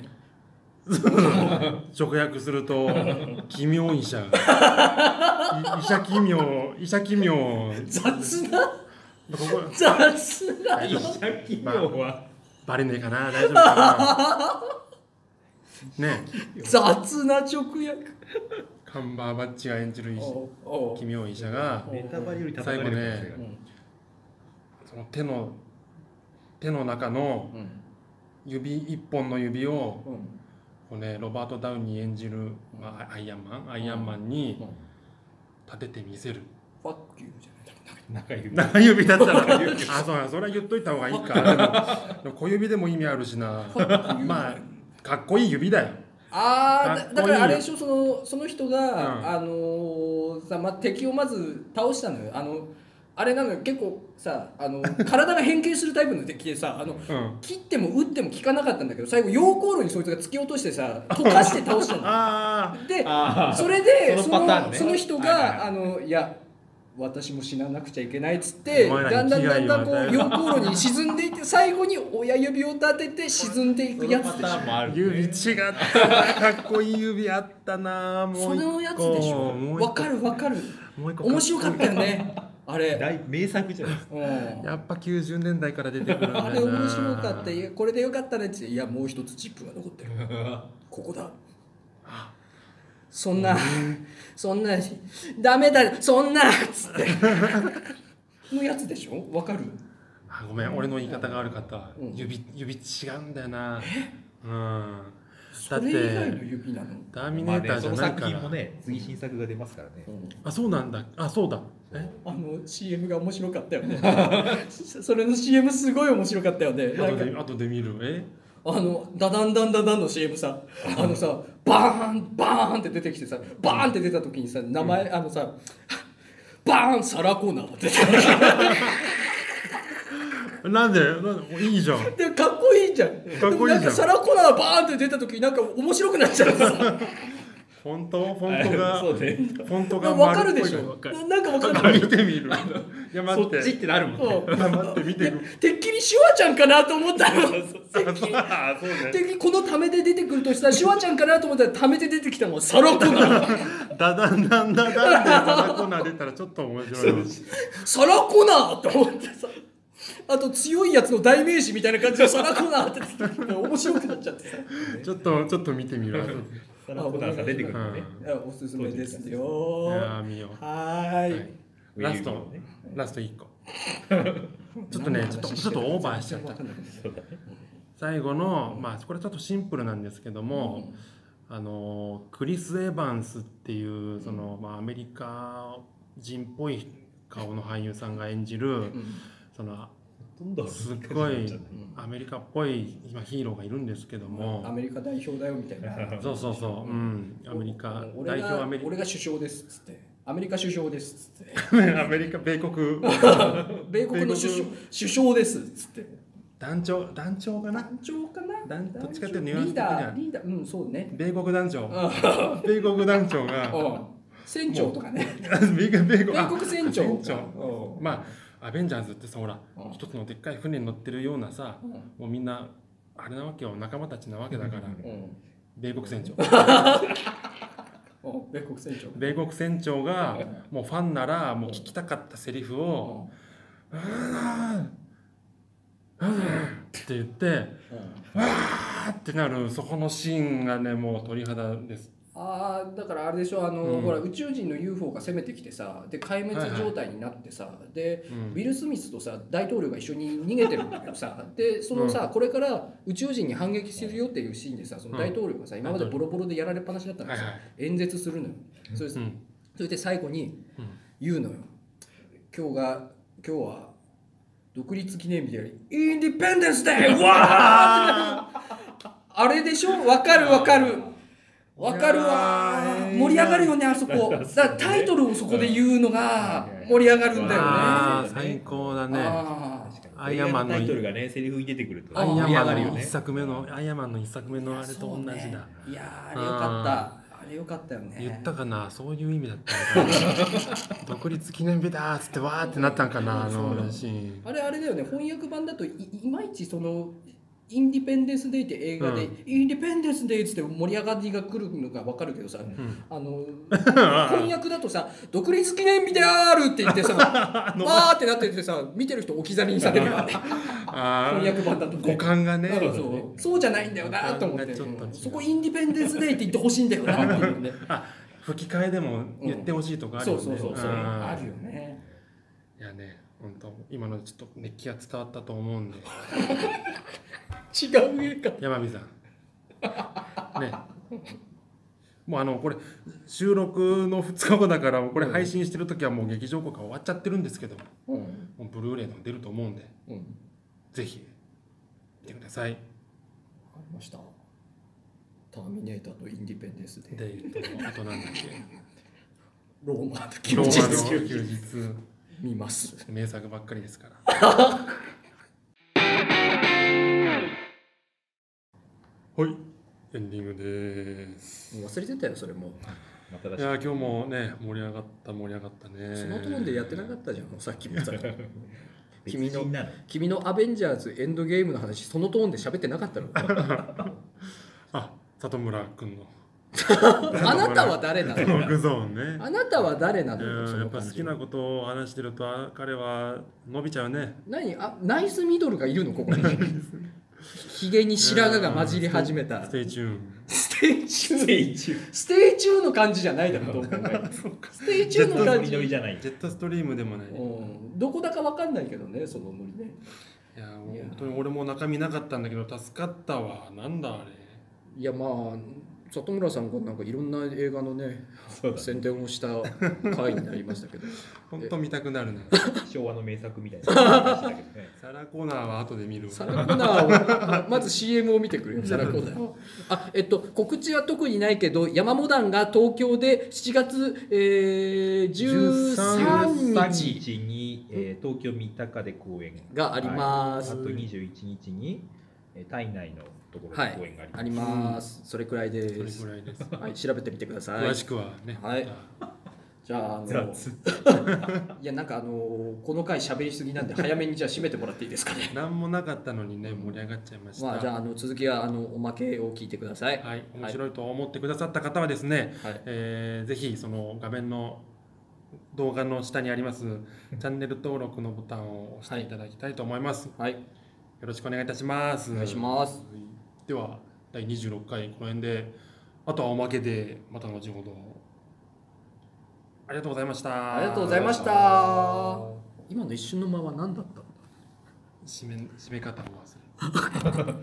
直訳すると奇妙医者い医者奇妙医者奇妙雑なここ雑な大丈夫企業はバレねえかな大丈夫かなね雑な直訳。 カンバーバッチが演じる医師おうおう奇妙医者がおネタバレより叩かれる可能性があるうんその手の手の中のうん指一本の指をうんこう、ね、ロバート・ダウニー演じる、まあ、アイアンマンアイアンマンにうん立ててみせるファックユーじゃない。 中指中指だったらあそうやそれは言っといた方がいいかでもでも小指でも意味あるしなまあかっこいい指だよああだかっこいいだからあれでしょそのその人が、 うんあのーさま敵をまず倒したのよ。あのあれなのよ結構さあの体が変形するタイプの敵でさあのうん切っても打っても効かなかったんだけど最後溶鉱炉にそいつが突き落としてさ溶かして倒したの。 あであーそれでそそののパターンねその人が、 はいはいはいあのいや私も死ななくちゃいけないっつってお前らだんだんに危害だんだんこうを与える溶鉱炉に沈んでいって最後に親指を立てて沈んでいくやつでしょ。 もああ指違ったなかっこいい指あったなもう一個そのやつでしょもう一個わかるわかるもう一個面白かったよねあれ、 大名作じゃないですかうん、 やっぱきゅうじゅうねんだいから出てくるんだよなあれ面白かったいやこれでよかったねっていやもう一つチップが残ってるここだそんなそんなダメだそんなっつってのやつでしょわかるあごめん俺の言い方が悪かったわ、 うん指指違うんだよなうんそれ以外の指なの？ ターミネまあね、 ーターじそのゃないから、 作品もね、次新作が出ますからね。 うんあそうなんだあそうだえあの シーエム が面白かったよねそれの シーエム すごい面白かったよね。なんか後で後で見るえあのダダンダンダダンの シーエム さ、あのさバーンバーンって出てきてさ、バーンって出た時にさ、名前、あのさバーンサラコーナーって出てきなんでなんでいいじゃんてでかっこいいじゃん。 かっこいいじゃんでもなんかサラコーナーバーンって出た時になんか面白くなっちゃうさフォントフォントがそうね。 フォントがわかるでしょ。 丸っぽいのななんかわかる。 わかる見てみるいや待ってそっちってなるもんね。 うんいや待って見てるてっきりシュワちゃんかなと思ったの。てっきりあそうねてっきりこのためで出てくるとしたらシュワちゃんかなと思ったらためで出てきたのはサラコーナー。 ダダンダンダダンでサラコーナー出たらちょっと面白いなサラコナーって思ってさ、あと強いやつの代名詞みたいな感じでサラコナーって出てきて面白くなっちゃってさ、 ちょっとちょっと見てみる後でサラコナーさん出てくるのね。 いやおすすめですいよ。 やー見ようはーい、 はいラストね。 ラストいっこちょっとねちょっとちょっとオーバーしちゃったそうだね。 最後のまあこれちょっとシンプルなんですけども、あのクリス・エヴァンスっていうその、まあ、アメリカ人っぽい顔の俳優さんが演じるそのどんどんすっごいアメリカっぽい今ヒーローがいるんですけどアも、 メリカ代表だよみたいな。 そうそうそう、うん、アメリカ俺代表がアメリ俺が首相ですっつって、アメリカ首相ですっつって、 カアメリカ米国米国の首相首相ですっつって。 団長団長かな団長かな？ 団どっちかっていうとリニュアンス的にはーダーリーダーうんそうね。 米国団長あ米国団長があ船長とかね。 米国米国米国船長船長まあアベンジャーズってさほらうん一つのでっかい船に乗ってるようなさうんもうみんなあれなわけよ仲間たちなわけだからうん米国船長うん米国船長。 米国船長がもうファンならもう聞きたかったセリフを「うーんうん」って言ってうん 「わー」ってなるそこのシーンがねもう鳥肌ですああだからあれでしょあの、 うんほら宇宙人の ユーフォー が攻めてきてさで壊滅状態になってさ、でうんウィル・スミスとさ大統領が一緒に逃げてるんだけどさでそのさ、これから宇宙人に反撃するよっていうシーンでさその大統領がさ、今までボロボロでやられっぱなしだったのにさ、 はいはい演説するのよそれ,、 うんそれで最後にうん言うのよ今日が今日は独立記念日でありインディペンデンスデーわーあれでしょわかるわかるわかるわー盛り上がるよねあそこだからタイトルをそこで言うのが盛り上がるんだよねあーそうだね最高だねあー確かにアイアンマンのタイトルがねセリフに出てくるとあアイアンマンの盛り上がるよね一作目のアイアンマンの一作目のあれと同じだ、 そうねいやーあれよかったあれよかったよね言ったかなそういう意味だったのかな独立記念日だーっつってわーってなったんかなあのシーンあれあれだよね翻訳版だといいまいちそのインディペンデンスデイって映画で、 うんインディペンデンスデイっつって盛り上がりが来るのが分かるけどさ、 んあの翻訳だとさ独立記念日であるって言ってさわーってなっててさ見てる人置き去りにされるからねあ翻訳版だとね五感がねそうそうそうじゃないんだよなと思ってちょっと違うそこインディペンデンスデイって言ってほしいんだよなっていうねあ吹き替えでも言ってほしいとかあるそうよねそうそうそうあーあるよねいやね本当今のちょっと熱気が伝わったと思うんで違う映画山火さんねもうあのこれ収録のふつかごだからこれ配信してる時はもう劇場公開終わっちゃってるんですけどうんもうブルーレイでも出ると思うんでうんぜひ見てくださいありましたターミネーターとインディペンデンスデイであとなんだっけローマのロ休ーマ日の休日見ます名作ばっかりですからはいエンディングですもう忘れてたよそれもまた出しいや今日もね盛り上がった盛り上がったねそのトーンでやってなかったじゃんもうさっきもさ君の別人なの君のアベンジャーズエンドゲームの話そのトーンで喋ってなかったのあ里村くんのあなたは誰なトのークゾーンねあなたは誰ないのやそやっぱ好の感じきなことを話してるとあ彼は伸びちゃうね何あナイスミドルがいるのここにひげに白髪が混じり始めたステイチューンステイチューンステイチューステイチューンの感じじゃないだろどう考えてもステイチューンの感じノリノリじゃないジェットストリームでもない、いうんどこだかわかんないけどねそのノリねいやもう本当に俺も中身なかったんだけど助かったわ。なんだあれ。 いやまあ里村さんがなんかいろんな映画のねそうだね宣伝をした回になりましたけど本当見たくなるね。 昭和の名作みたいな話だけどね。 サラコナーは後で見るわ。 サラコナーをまず シーエム を見てくれよサラコナーをあえっと告知は特にないけど山モダンが東京でしちがつ、えー、じゅうさんにち日に、えー、東京三鷹で公演があります、 はい、あとにじゅういちにちに、えー、体内のところで公演があります、 あります、それくらいでそれすぐらいです。 はい、調べてみてください詳しくはね。 はいじゃあじゃああの雑いやなんかあのこの回喋りすぎなんで早めにじゃあ締めてもらっていいですかね何もなかったのにね盛り上がっちゃいました。 まあじゃああの続きはあのおまけを聞いてくださいはい、面白いと思ってくださった方はですね、 はいえーぜひその画面の動画の下にありますチャンネル登録のボタンを押していただきたいと思います。 はいよろしくお願いいたします。 お願いしますではだいにじゅうろっかいこの辺で、あとはおまけでまた後ほど。ありがとうございました。 ありがとうございました今の一瞬の間は何だったんだ締め締め方を忘れ。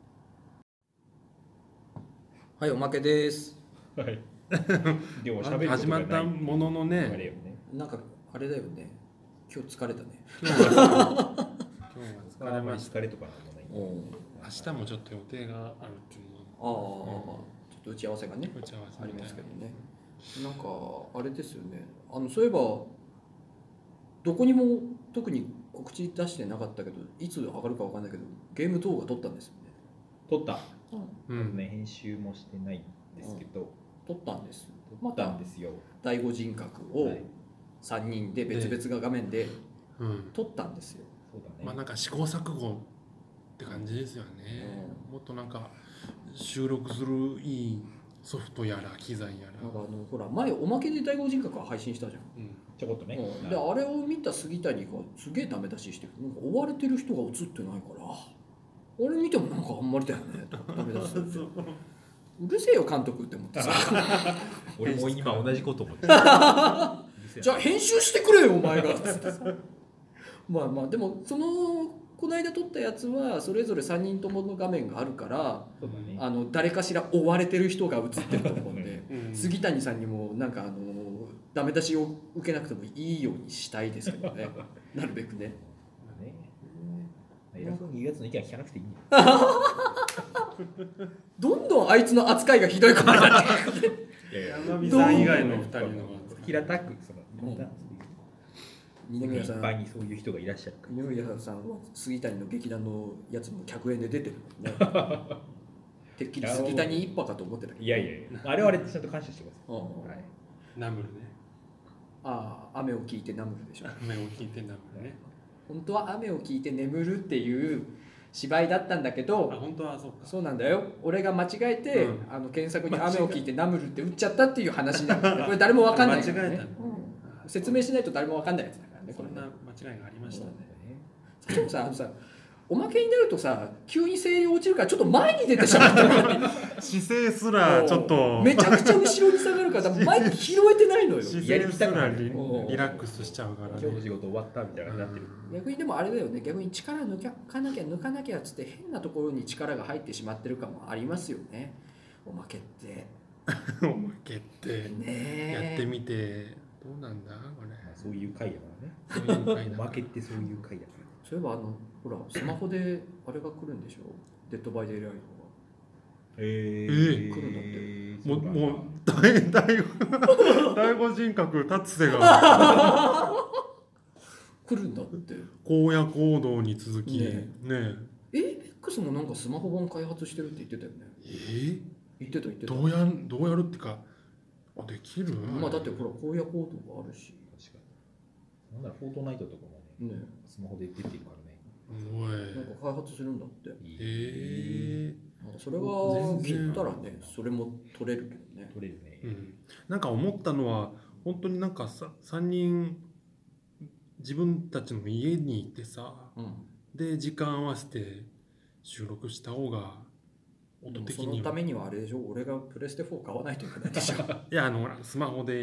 はいおまけですはいでも喋ることがない始まったもののあれね、 よねなんかあれだよね今日疲れたね今日は今日は疲れました。 疲れとかなんもないお明日もちょっと予定があるっていうのああ、ちょっと打ち合わせがね打ち合わせありますけど。 どねなんかあれですよねあのそういえばどこにも特に告知出してなかったけどいつ上がるかわかんないけどゲーム動画撮ったんですよね撮った、 うんね、編集もしてないんですけど、 撮ったんです撮ったんですよ、 第五人格をはいさんにんで別々が画面でうん。 撮ったんですよ、 そうだね、 まあなんか試行錯誤って感じですよね。もっとなんか収録するいいソフトやら機材やら。 なんかあのほら前おまけで第五人格は配信したじゃん、 うん。 ちょこっとね、 うんであれを見た杉谷がすげえダメ出ししてなんか追われてる人が映ってないからあれ見てもなんかあんまりだよねとかダメ出しするうるせえよ監督って思ってさ俺も今同じこと思ってたじゃあ編集してくれよお前がっつってさまあまあでもそのこの間撮ったやつはそれぞれさんにんともの画面があるからそうだねあの誰かしら追われてる人が映ってると思うんでうん杉谷さんにもなんかあのダメ出しを受けなくてもいいようにしたいですけどねなるべくねまあね偉そうに言うやつの意見は聞かなくていいんだよどんどんあいつの扱いがひどいことになってくるいやいや山美さん以外のふたりの平たくそのうん世二宮さん間にそういう人がいらっしゃるから二宮さんは杉谷の劇団のやつも客演で出てるもんねてっきり杉谷一派かと思ってたけどいやいやいやあれはあれちゃんと感謝してくださうんい、はい、 ナムルね。 ああ雨を聞いてナムルでしょ目を聞いてナムルね。 本当は雨を聞いて眠るっていう芝居だったんだけどあ、本当はそうか。 そうなんだよ俺が間違えて、 うんあの検索に雨を聞いてナムルって打っちゃったっていう話なんだよねこれ誰もわかんないからね間違えたの。 うん説明しないと誰もわかんないやつだからねこれねそんな間違いがありましたね。 でもさあのさおまけになるとさ急に声量落ちるからちょっと前に出てしまったのよ姿勢すらちょっとめちゃくちゃ後ろに下がるからマイク拾えてないのよ姿勢すらリうんリラックスしちゃうからね。 今日の仕事終わったみたいな感じになってる、 逆にでもあれだよね逆に力抜かなきゃ抜かなきゃっつって変なところに力が入ってしまってる感もありますよねおまけっておまけってねえやってみてどうなんだこれ。 まあ、そういう回だからねそういう回だからおまけってそういう回だからそういえばあのほらスマホであれが来るんでしょデッドバイデイライトえー来るんだってもうもう大大第五人格達瀬が来るんだって荒野行動に続きねねエイペックスもなんかスマホ版開発してるって言ってたよねえー言ってた言ってたどうやんどうやるってかあできるまあだってほら荒野行動があるし確かになんならフォートナイトとかもねねスマホで出てるからねおなんいか開発するんだっていいえなんかそれが全然切ったらねそれも取れるけどね取れるね、 ーうん、なんか思ったのは本当になんかささんにん自分たちの家にいてさうんで時間合わせて収録した方がでも音的にはそのためにはあれでしょ俺がプレステフォー買わないといけないでしょいやあのスマホでや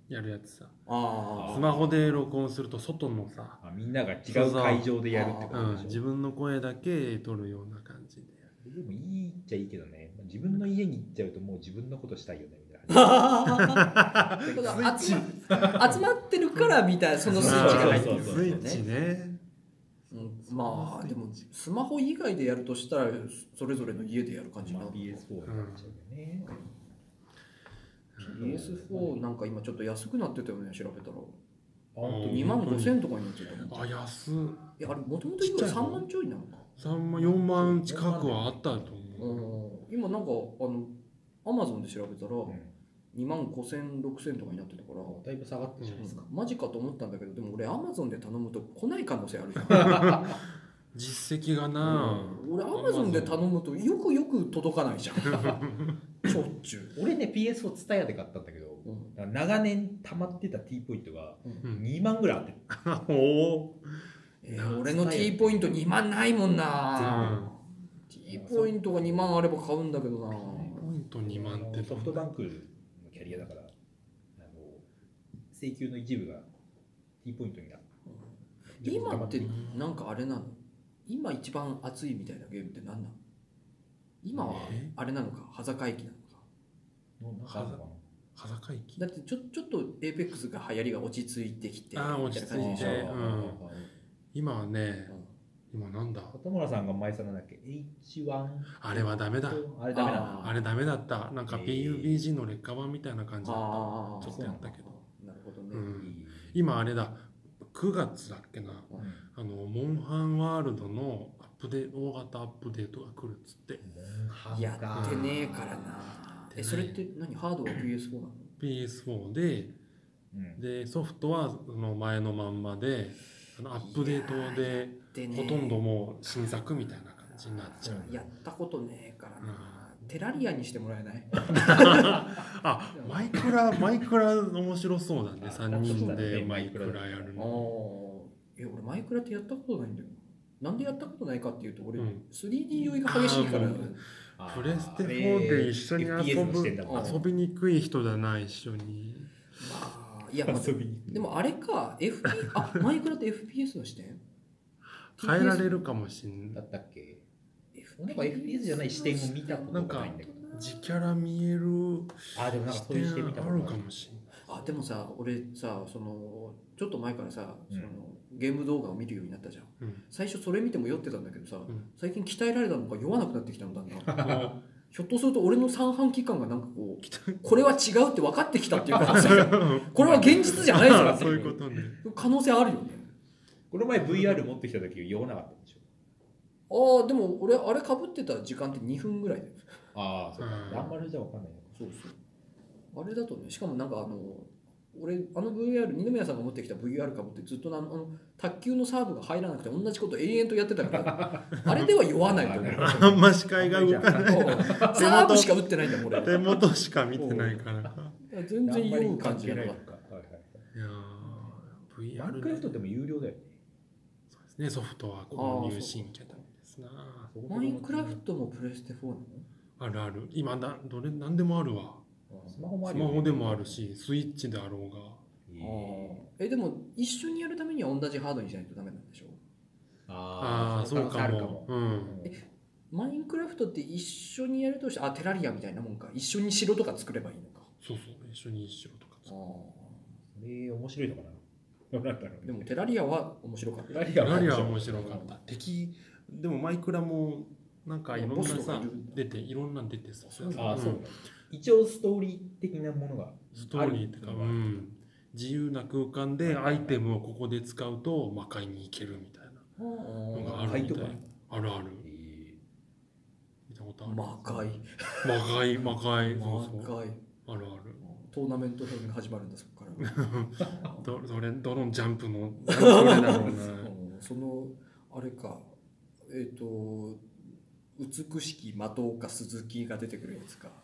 やるやつさ、 あスマホで録音すると外のさ、 あみんなが違う会場でやるってこうん、 とでしょ。 自分の声だけ取るような感じでやる。 でもいいっちゃいいけどね、自分の家に行っちゃうともう自分のことしたいよねみたいなあ集ま集まってるからみたいなそのスイッチが入ってるんですよスイッチね。 ね。 うん、まあでもスマホ以外でやるとしたらそれぞれの家でやる感じにまあなる。 ピーエスフォー になっちゃうよね。 ピーエスフォー なんか今ちょっと安くなってたよね、調べたらうんにまんごせんとかになってたもん。 あ、安っ。 いやあれもともといくらさんまんちょいなのか。 さんまんよんまん近くはあったと思う。 うん、今なんかあのアマゾンで調べたらうんにまんごせんろくせんとかになってたから、 だいぶ下がったじゃないですか。 マジかと思ったんだけど、でも俺アマゾンで頼むと来ない可能性あるじゃん。 実績がな、 うん俺アマゾンで頼むとよくよく届かないじゃん。しょっちゅう。 俺ね ピーエスフォー ツタヤで買ったんだけど、 うん長年溜まってた T ポイントがうんにまんぐらいあっておおえー俺の T ポイントにまんないもんな、T ポイントがにまんあれば買うんだけどな。 ポイントにまんってソフトバンクのキャリアだから、あの請求の一部が T ポイントになる。 今ってなんかあれなの、今一番熱いみたいなゲームって何なの？今はあれなのか、端境駅なのか。 なんかあるのかな。 端境駅。 だってちょちょっと エーペックス が流行りが落ち着いてきてあーみたいな感じでしょ。 落ち着いてうん今はね、今なんだ、 里村さんが前さんなんだっけ エイチワンあれはダメだ、 あれダメなの。 あーあれダメだった。なんかえーピーユービージー の劣化版みたいな感じだった。 あーちょっとやったけど。 なるほどね。 うん今あれだ、くがつだっけな、あのモンハンワールドのアップデ大型アップデートが来るっつって。 やってねえからな。え、それって何、ハードは ピーエスフォー なの？ ピーエスフォー で、 うんでソフトはその前のまんまで、あのアップデートででねほとんどもう新作みたいな感じになっちゃう。 やったことねえからな。テラリアにしてもらえない？ あ、マイクラ、マイクラ面白そうだね。さんにんでマイクラやるあの。 あ、え、俺マイクラってやったことないんだよ。なんでやったことないかっていうと、俺、 うんスリーディー 酔いが激しいから。 あーもうプレステフォーで一緒に遊エフピーエス の視ぶ、 点だもんね遊びにくい人だな、一緒に。 まあ、いや、まあ遊びにでもあれか、エフピー、あ、マイクラって エフピーエス の視点変えられるかもしんない。 だったっけ。なんか エフピーエス じゃない視点を見たことがないんだけど。 自キャラ見えるあ、でもなんか視そういう視点点あ見たことるかもしんない。 あ、でもさ、俺さ、その、ちょっと前からさ、 うんそのゲーム動画を見るようになったじゃん。 うん最初それ見ても酔ってたんだけどさ、 ん最近鍛えられたのか酔わなくなってきたんだんだん。 もひょっとすると俺の三半規管がなんかこう、 うこれは違うって分かってきたっていう可能性が、これは現実じゃないぞってそういうことね。 可能性あるよね。 この前 ブイアール 持ってきた時酔わなかったんでしょ。 ああ、でも俺、あれかぶってた時間ってにふんぐらいで。 ああ、そううんか。あんまりじゃわかんない。 そうそう。あれだとね、しかもなんかあの、俺、あの ブイアール、二宮さんが持ってきた ブイアール かぶってずっとあの、あの卓球のサーブが入らなくて同じこと永遠とやってたから、あれでは酔わないと思う。 あんま視界が動かない。 サーブしか打ってないんだもん俺。 手元しか見てないから。 全然酔う感じがなかっか。はいはい。 いやー、 マイブイアールクラフトでも有料だよね。 そうですね、ソフトは購入新規だですな。 た。マインクラフトもプレステフォーなの？ あるある。今な、どれ、なんでもあるわ。 スマホもあスるよね。 マホでもあるし、スイッチであろうが。 ええ、でも一緒にやるためには同じハードにしないとダメなんでしょ？ ーああ、そうかあるも。うん。 マインクラフトって一緒にやるとして、あ、テラリアみたいなもんか。一緒に城とか作ればいいのか。 そうそう、一緒に一緒とか作る。 それ面白いのかな。どうなんだろうね。 でもテラリアは面白かった。 ラリラリアは面白かった。敵、でもマイクラも、なんかいろんなボスとかさいる、 出て、いろんなの出てさ。 ああ、 んそうだ。一応ストーリー的なものがストーリーとか、うん。自由な空間でアイテムをここで使うと魔界に行けるみたいなのがあるみたい。あるある。見たことある。 魔界。 魔界、魔界。そう魔そう。 界。 あるある。 トーナメント編が始まるんだ、そこから。 どどれどのジャンプのどれだろうな。 うんその、あれか、えっ、と、美しき的岡鈴木が出てくるやつか。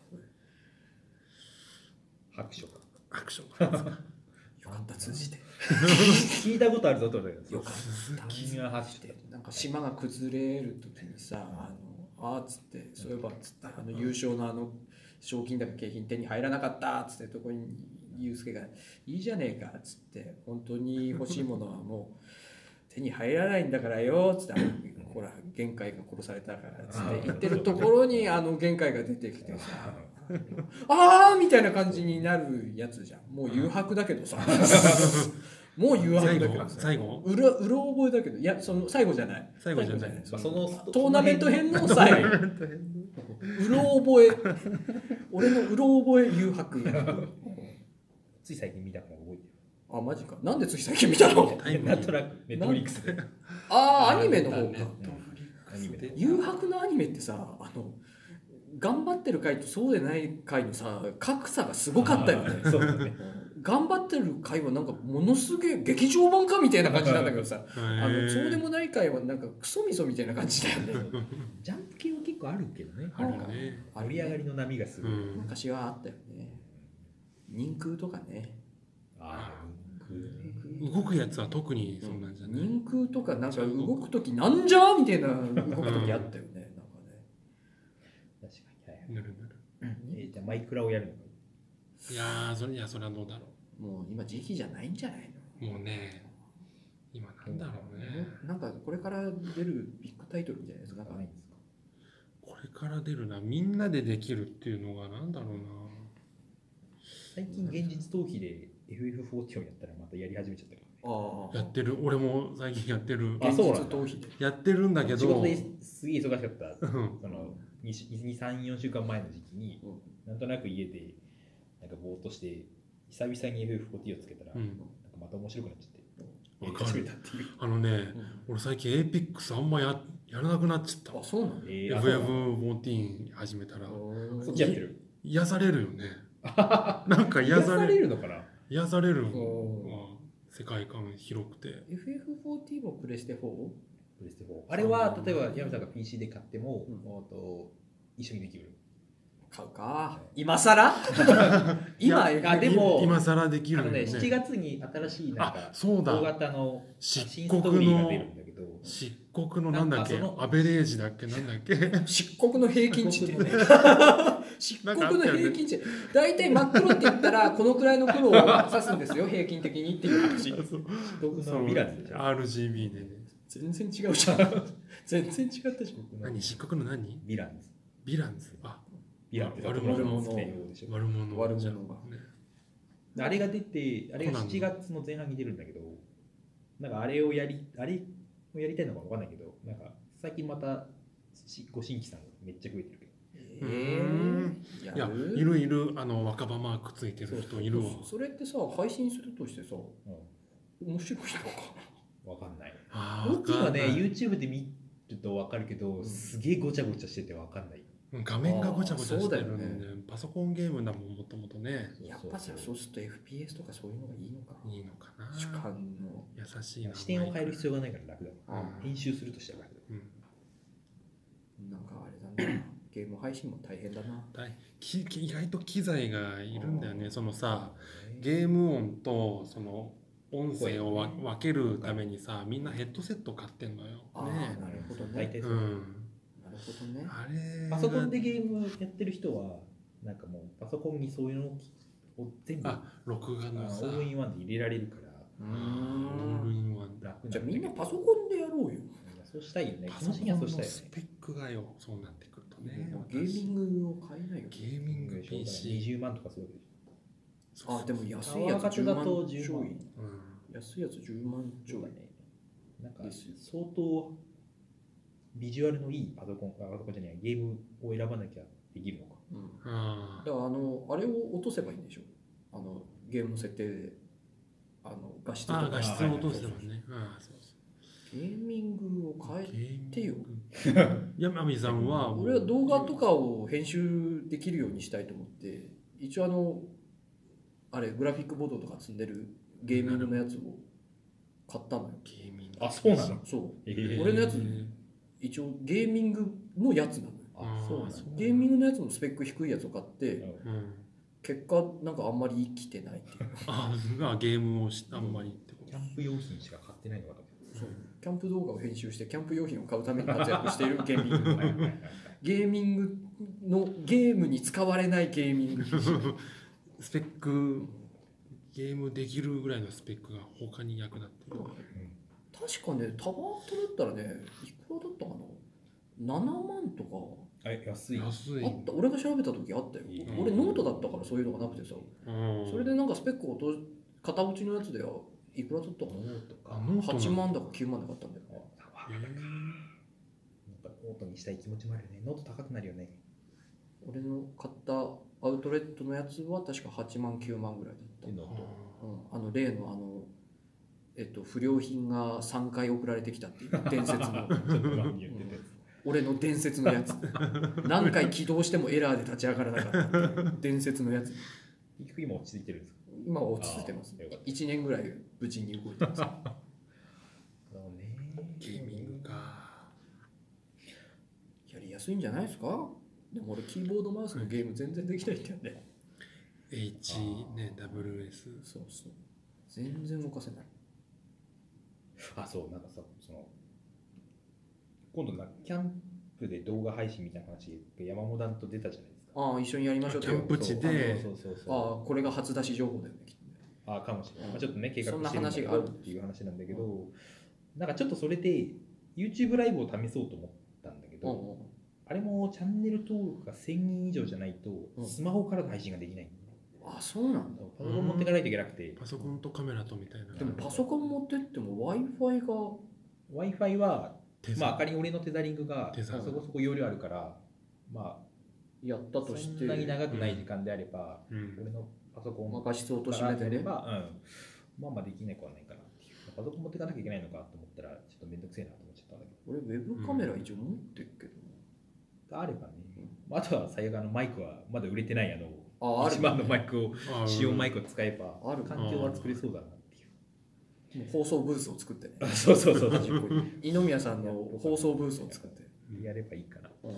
拍手か。 アクションのやつか。 よかった、通じて。 聞いたことあるぞと思ったよかった。 君が走って。 なんか島が崩れる時にさ、あの、あーっつって、そういえばっつって、あの優勝のあの、賞金だか景品手に入らなかったっつってとこにユうスケが「いいじゃねえか」っつって「本当に欲しいものはもう手に入らないんだからよ」っつって「ほら玄海が殺されたから」っつって言ってるところにあの玄海が出てきてさ「ああ」みたいな感じになるやつじゃん。もう誘白だけどさもう誘白最後だけどさ最後うろうろ覚えだけどいやその最後じゃない最後じゃないまあ、そのトーナメント編の最後うろ覚え俺のうろ覚え誘白つい最近見たから覚えてる。 あマジかなんでつい最近見たのタイムリーなんとなくネットフリックスで。 ああアニメの方かアニメで。 誘白のアニメってさあの頑張ってる回とそうでない回のさ格差がすごかったよねそうだね。 頑張ってる回はなんかものすげえ劇場版かみたいな感じなんだけどさあのそうでもない回はなんかクソみそみたいな感じだよねジャンプ系は結構あるけどね。 あるねあれ盛り上がりの波がすごい。 うん昔はあったよね人空とかねああ、 動くやつは特にそうなんじゃない、 人空とかなんか動く時なんじゃーみたいな動く時あったよねなんかね確かに。はいはい。 ぬるぬるえーじゃあマイクラをやるのか。 いやーそれいやそれはどうだろもう今時期じゃないんじゃないのうもうね今なんだろうねなんかこれから出るビッグタイトルみたいなやつなんかないんですか。 これから出るなみんなでできるっていうのがなんだろうな最近現実逃避で エフエフフォーティー をやったらまたやり始めちゃったからね。 ああやってる俺も最近やってるあそうなんだ現実逃避でやってるんだけど仕事ですげえ忙しかったうんそのに、さん、よんしゅうかんまえの時期に、なんとなく家でなんかぼーっとして久々に エフエフフォーティー をつけたら、 うんなんかまた面白くなっちゃってやりわかる始めたっていう。 あのねうん俺最近エイピックスあんまややらなくなっちゃっあそうなのえー、 た エフエフフォーティー 始めたらそっちやってる。 癒されるよねなんか癒癒さされるれるのかな。 癒されるおーわ世界観広くてエフエフフォーティー もプレステ フォー？ プレステフォー。あれは例えば山さんが ピーシー で買っても、 うんおーと一緒にできる。 買うか今さら今いやあでも今更できるよねあのねしちがつに新しいなんあかそうだ大型の漆新黒ストーリーがの出るんだけど、 漆黒のなんだっけなんかそのアベレージだっけなんだっけ漆黒の平均値ってね漆黒のなんかあったよね平均値大体真っ黒って言ったらこのくらいの黒を指すんですよ平均的にっていう話僕のミラーズでしょ。 アールジービー でね全然違うじゃん全然違ったじゃん僕の何漆黒の何ヴィランズ。 ヴィランズあヴィランって悪者のスペイン語でしょ。 悪者悪者がじゃんねあれが出て、あれがそうなんだしちがつの前半に出るんだけど、なんかあれをやり、あれをやりたいのかわかんないけど、なんか最近またしご新規さんがめっちゃ増えてるけど。 えー、 いやるいるいるあの若葉マークついてる人いるわそれってさ配信するとしてさう面白いのかん、わかんない。 あ大きいはね、 わかんない YouTube で見るとわかるけど、すげえごちゃごちゃしててわかんない。 画面がごちゃごちゃしてるんで、 あーそうだよパソコンゲームだもんもともとねやっぱさそうすると エフピーエス とかそういうのがいいのかいいのかな主観の優しいな視点を変える必要がないから楽だ。 うん編集するとしたら楽だ。 うんなんかあれだなゲーム配信も大変だなだいきき意外と機材がいるんだよねあーそのさゲーム音とその音声をわ分けるためにさみんなヘッドセット買ってんのよあーねなるほどね大体そうう。 んなるほどねあれパソコンでゲームやってる人は、なんかもうパソコンにそういうのを全部あ録画あのさオールインワンで入れられるからうオールイんンワンだ楽じゃあみんなパソソコンでやろうよそうしたいよね。 パソコン気持ちにはそうのしたいよね。 スペックがよそうなってくるとねゲーミングを買えないよゲーミング ピーシーにじゅうまんとかするわけでしあでも安ょ。 いやつ10万だとじゅうまん。 ちょいうん安いやつじゅうまんちょいそうだね。なんかですよ相当ビジュアルのいいパソコン、あパソコンじゃないゲームを選ばなきゃできるのか。 うんあだからあのあれを落とせばいいんでしょあのゲームの設定であの画質とかあ画質を落としてもねああそうそゲーミングを変うえてよ山美さんはもう俺は動画とかを編集できるようにしたいと思って一応あのあれグラフィックボードとか積んでるゲーミングのやつを買ったのよゲーミングあ、そうなの。 そうえー俺のやつ一応ゲーミングのやつなのよあ、そうなの。 ゲーミングのやつのスペック低いやつを買ってうん結果なんかあんまり生きてないっていうああゲームをしあんまりってことキャンプ用品しか買ってないのかと思ってそうキャンプ動画を編集してキャンプ用品を買うために活躍しているゲーミングはいはいはいゲーミングのゲームに使われないゲーミングスペックゲームできるぐらいのスペックが他に役立ってる。 確かねタバートだったらねいくらだったかな、ななまんとかあ安い。 安い。 あった。俺が調べた時あったよ。 いい俺ノートだったからそういうのがなくてさ、 うんそれでなんかスペックをと型落ちのやつではいくらだったかノートか。 あノートな、はちまんだかきゅうまんで買ったんだよ。 あへやっぱノートにしたい気持ちもあるよね。ノート高くなるよね。 俺の買ったアウトレットのやつは確かはちまんきゅうまんぐらいだった。 ノート。 うん、あの例のあのえっと不良品がさんかい送られてきたっていう伝説のちょっと前に言ってたやつ。 俺の伝説のやつ何回起動してもエラーで立ち上がらなかったっていう伝説のやつ。 結局今落ち着いてるんですか。 今は落ち着いてますあーよかっ。 いちねんぐらい無事に動いてます。 そうね。 ゲーミングか。 やりやすいんじゃないですか。でも俺キーボードマウスのゲーム全然できないんだよね。 H ね ダブリューエス。 そうそう全然動かせない。 あ、そう、なんかさ、その、今度な、キャンプで動画配信みたいな話が山モダンと出たじゃないですか。 ああ一緒にやりましょうってキャンプ地でそうそうそうそう。 ああこれが初出し情報だよねきっとね。 あかもしれない。 うんまあ、ちょっとね、計画してるんだけそんな話があるどっていう話なんだけど、なんかちょっとそれで YouTube ライブを試そうと思ったんだけど、 うんうんあれもチャンネル登録がせんにん以上じゃないと、 うんスマホからの配信ができないんだよね。 あそうなんだ。 パソコン持っていかないといけなくて、 パソコンとカメラとみたいな。 でもパソコン持ってっても Wi-Fi が Wi-Fi は、 テザまあ、仮に俺のテザリングがテザそこそこ容量あるから、まやったあ、 としてそんなに長くない時間であれば、 うん俺のパソコンまあ画質を落としからめてね。 やれば、うん、まあまあできない子はないかなっていう。パソコン持っていかなきゃいけないのかと思ったら、ちょっとめんどくせえなと思っちゃったんだけ俺ウェブカメラ一応持ってるけど、 ど、あればね、あとは最悪あのマイクはまだ売れてないあのああるいちまんのマイクを、 あ使用マイクを使えばある環境は作れそうだなっていう。 もう放送ブースを作ってね。 あそうそうそうそう。 二宮さんの放送ブースを作って、 やればいいかな。 うん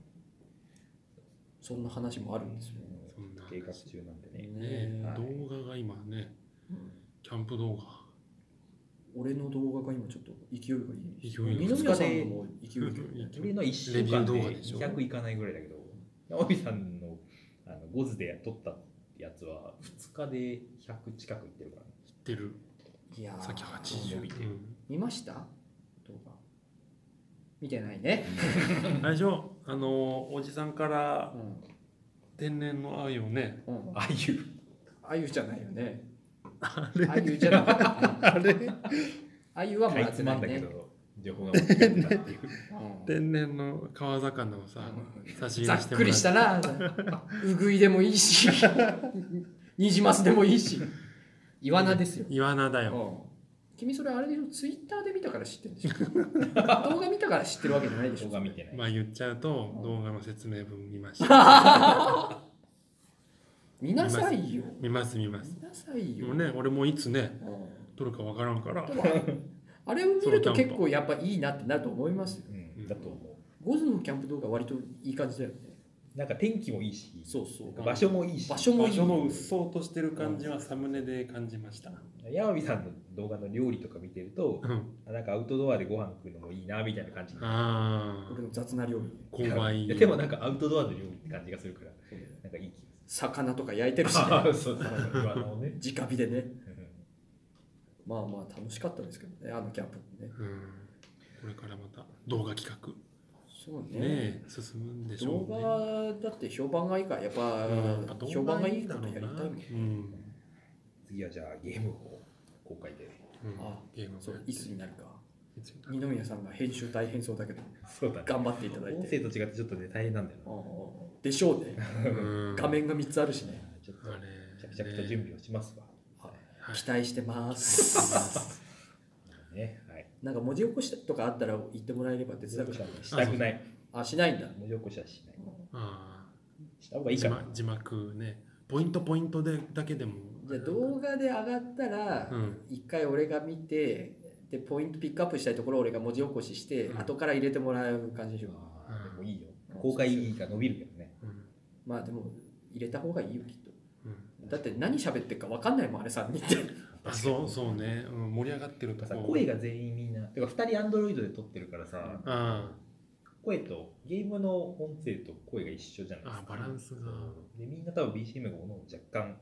そんな話もあるんですよ。 そんな計画中なんでね。 ねはい動画が今ねうんキャンプ動画俺の動画が今ちょっと勢いがいい。 勢いがいい二宮さんのも勢いがいいよね。 俺のいっしゅうレビューかんで動画でしょにひゃくいかないぐらいだけど、直美さんのあのゴズで撮ったやつはふつかでひゃく近くいってるからね。 知ってる。 いやーさっきはちじゅう。 伸びてるうん見ました動画。見てないね。 あれでしょあのおじさんからうん天然の愛をねうん。 ああいうあゆじゃないよね。 あれあゆじゃなかった。 あれあゆはもからってないね。 いつまんだけど情報が持ってたっていう。 うん天然の川魚をさ差し入ざっれしてもらくりしたな。うぐいでもいいし、ニジマスでもいいし、イワナですよ。 イワナだよ。 うん君それあれでしょ、ツイッターで見たから知ってるんでしょ。動画見たから知ってるわけじゃないでしょ。 動画見てない。 まあ言っちゃうと動画の説明文見ました。 見なさいよ。 見ます見ます。 見なさいよ。 でもね俺もいつねうん撮るかわからんから。 でもあれを見ると結構やっぱいいなってなると思いますよ。 うん、だと思う。 ゴズのキャンプ動画割といい感じだよね。 なんか天気もいいし、 そうそう。 場所もいいし、 場所もいい。 場所のうっそうとしてる感じはサムネで感じました。 山美さんの動画の料理とか見てると、 うん。 なんかアウトドアでご飯食うのもいいなみたいな感じにあ俺の雑な料理。 あ、怖い。 いやでもなんかアウトドアの料理って感じがするから、なんかいい気が魚とか焼いてるしする。あね。 あ、そうそう、岩のね。 直火でね。まあまあ楽しかったですけどね、あのキャンプもね。 うん。これからまた動画企画そうね。 ねえ進むんでしょ動うね。 画だって評判がいいから、やっぱうんやっぱ評判がいいだろうな。 ことやりたいもん。 うん。 次はじゃあゲームを公開で。 うんあゲームそういつになるか。 いつ二宮さんが編集大変そうだけど、 そうだね。 頑張っていただい音て。 声と違ってちょっとね、大変なんだよああでしょうね。 うん画面がみっつあるしね。 な。ちょっとあれ着々と準備をしますわ。 はい期待してます。 ね、はい。 なんか文字起こしとかあったら言ってもらえれば手伝うから。 したくない。 あ、しないんだ。 文字起こしはしない。 あした方がいあ字いかな。 幕字幕ねポイントポイントでだけでもじゃあ動画で上がったらうん一回俺が見て、でポイントピックアップしたいところを俺が文字起こしして、 うん後から入れてもらう感じでしょ。 あーでもいいよ。公開が伸びるけどね。 うんまあでも入れた方がいいよきっと。 うんだって何喋ってるか分かんないもんあれさんにんって。 あそうそうね、うん、盛り上がってるとさこ声が全員みんな、てかふたりアンドロイドで撮ってるからさ、 あ声とゲームの音声と声が一緒じゃないですか。 あバランスがでみんな多分 ビージーエム がものを若干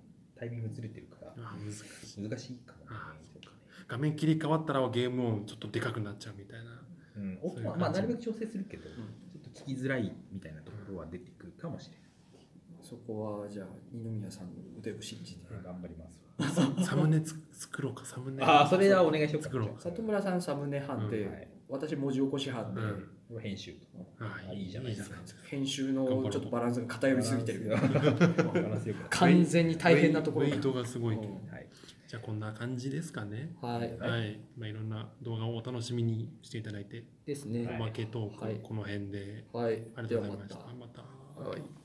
タイミングずれてるからあ難しい。 難しいかもねあちょっとね画面切り替わったらゲーム音ちょっとでかくなっちゃうみたいな。 うん、 そういう感じ音はまあなるべく調整するけど、 んちょっと聞きづらいみたいなところは出てくるかもしれない。 そこはじゃあ二宮さんの腕を信じて。 頑張りますサムネつ作ろうか、サムネ。 わ。ああ、それはお願いしようか。 作ろう里村さんサムネ班で、 うんはい私文字起こし班で、 うん編集と。 はいあいいじゃないですか。 編集のちょっとバランスが偏りすぎてる。 バランスよく。 完全に大変なところがウェイトがすごいけど。 うんはい。 じゃあこんな感じですかね。 はい。 はい。まあいろんな動画をお楽しみにしていただいて、 ですね。 おまけトーク、 はいこの辺で。 はい。 ありがではまとうございました。 た。 また。 はい。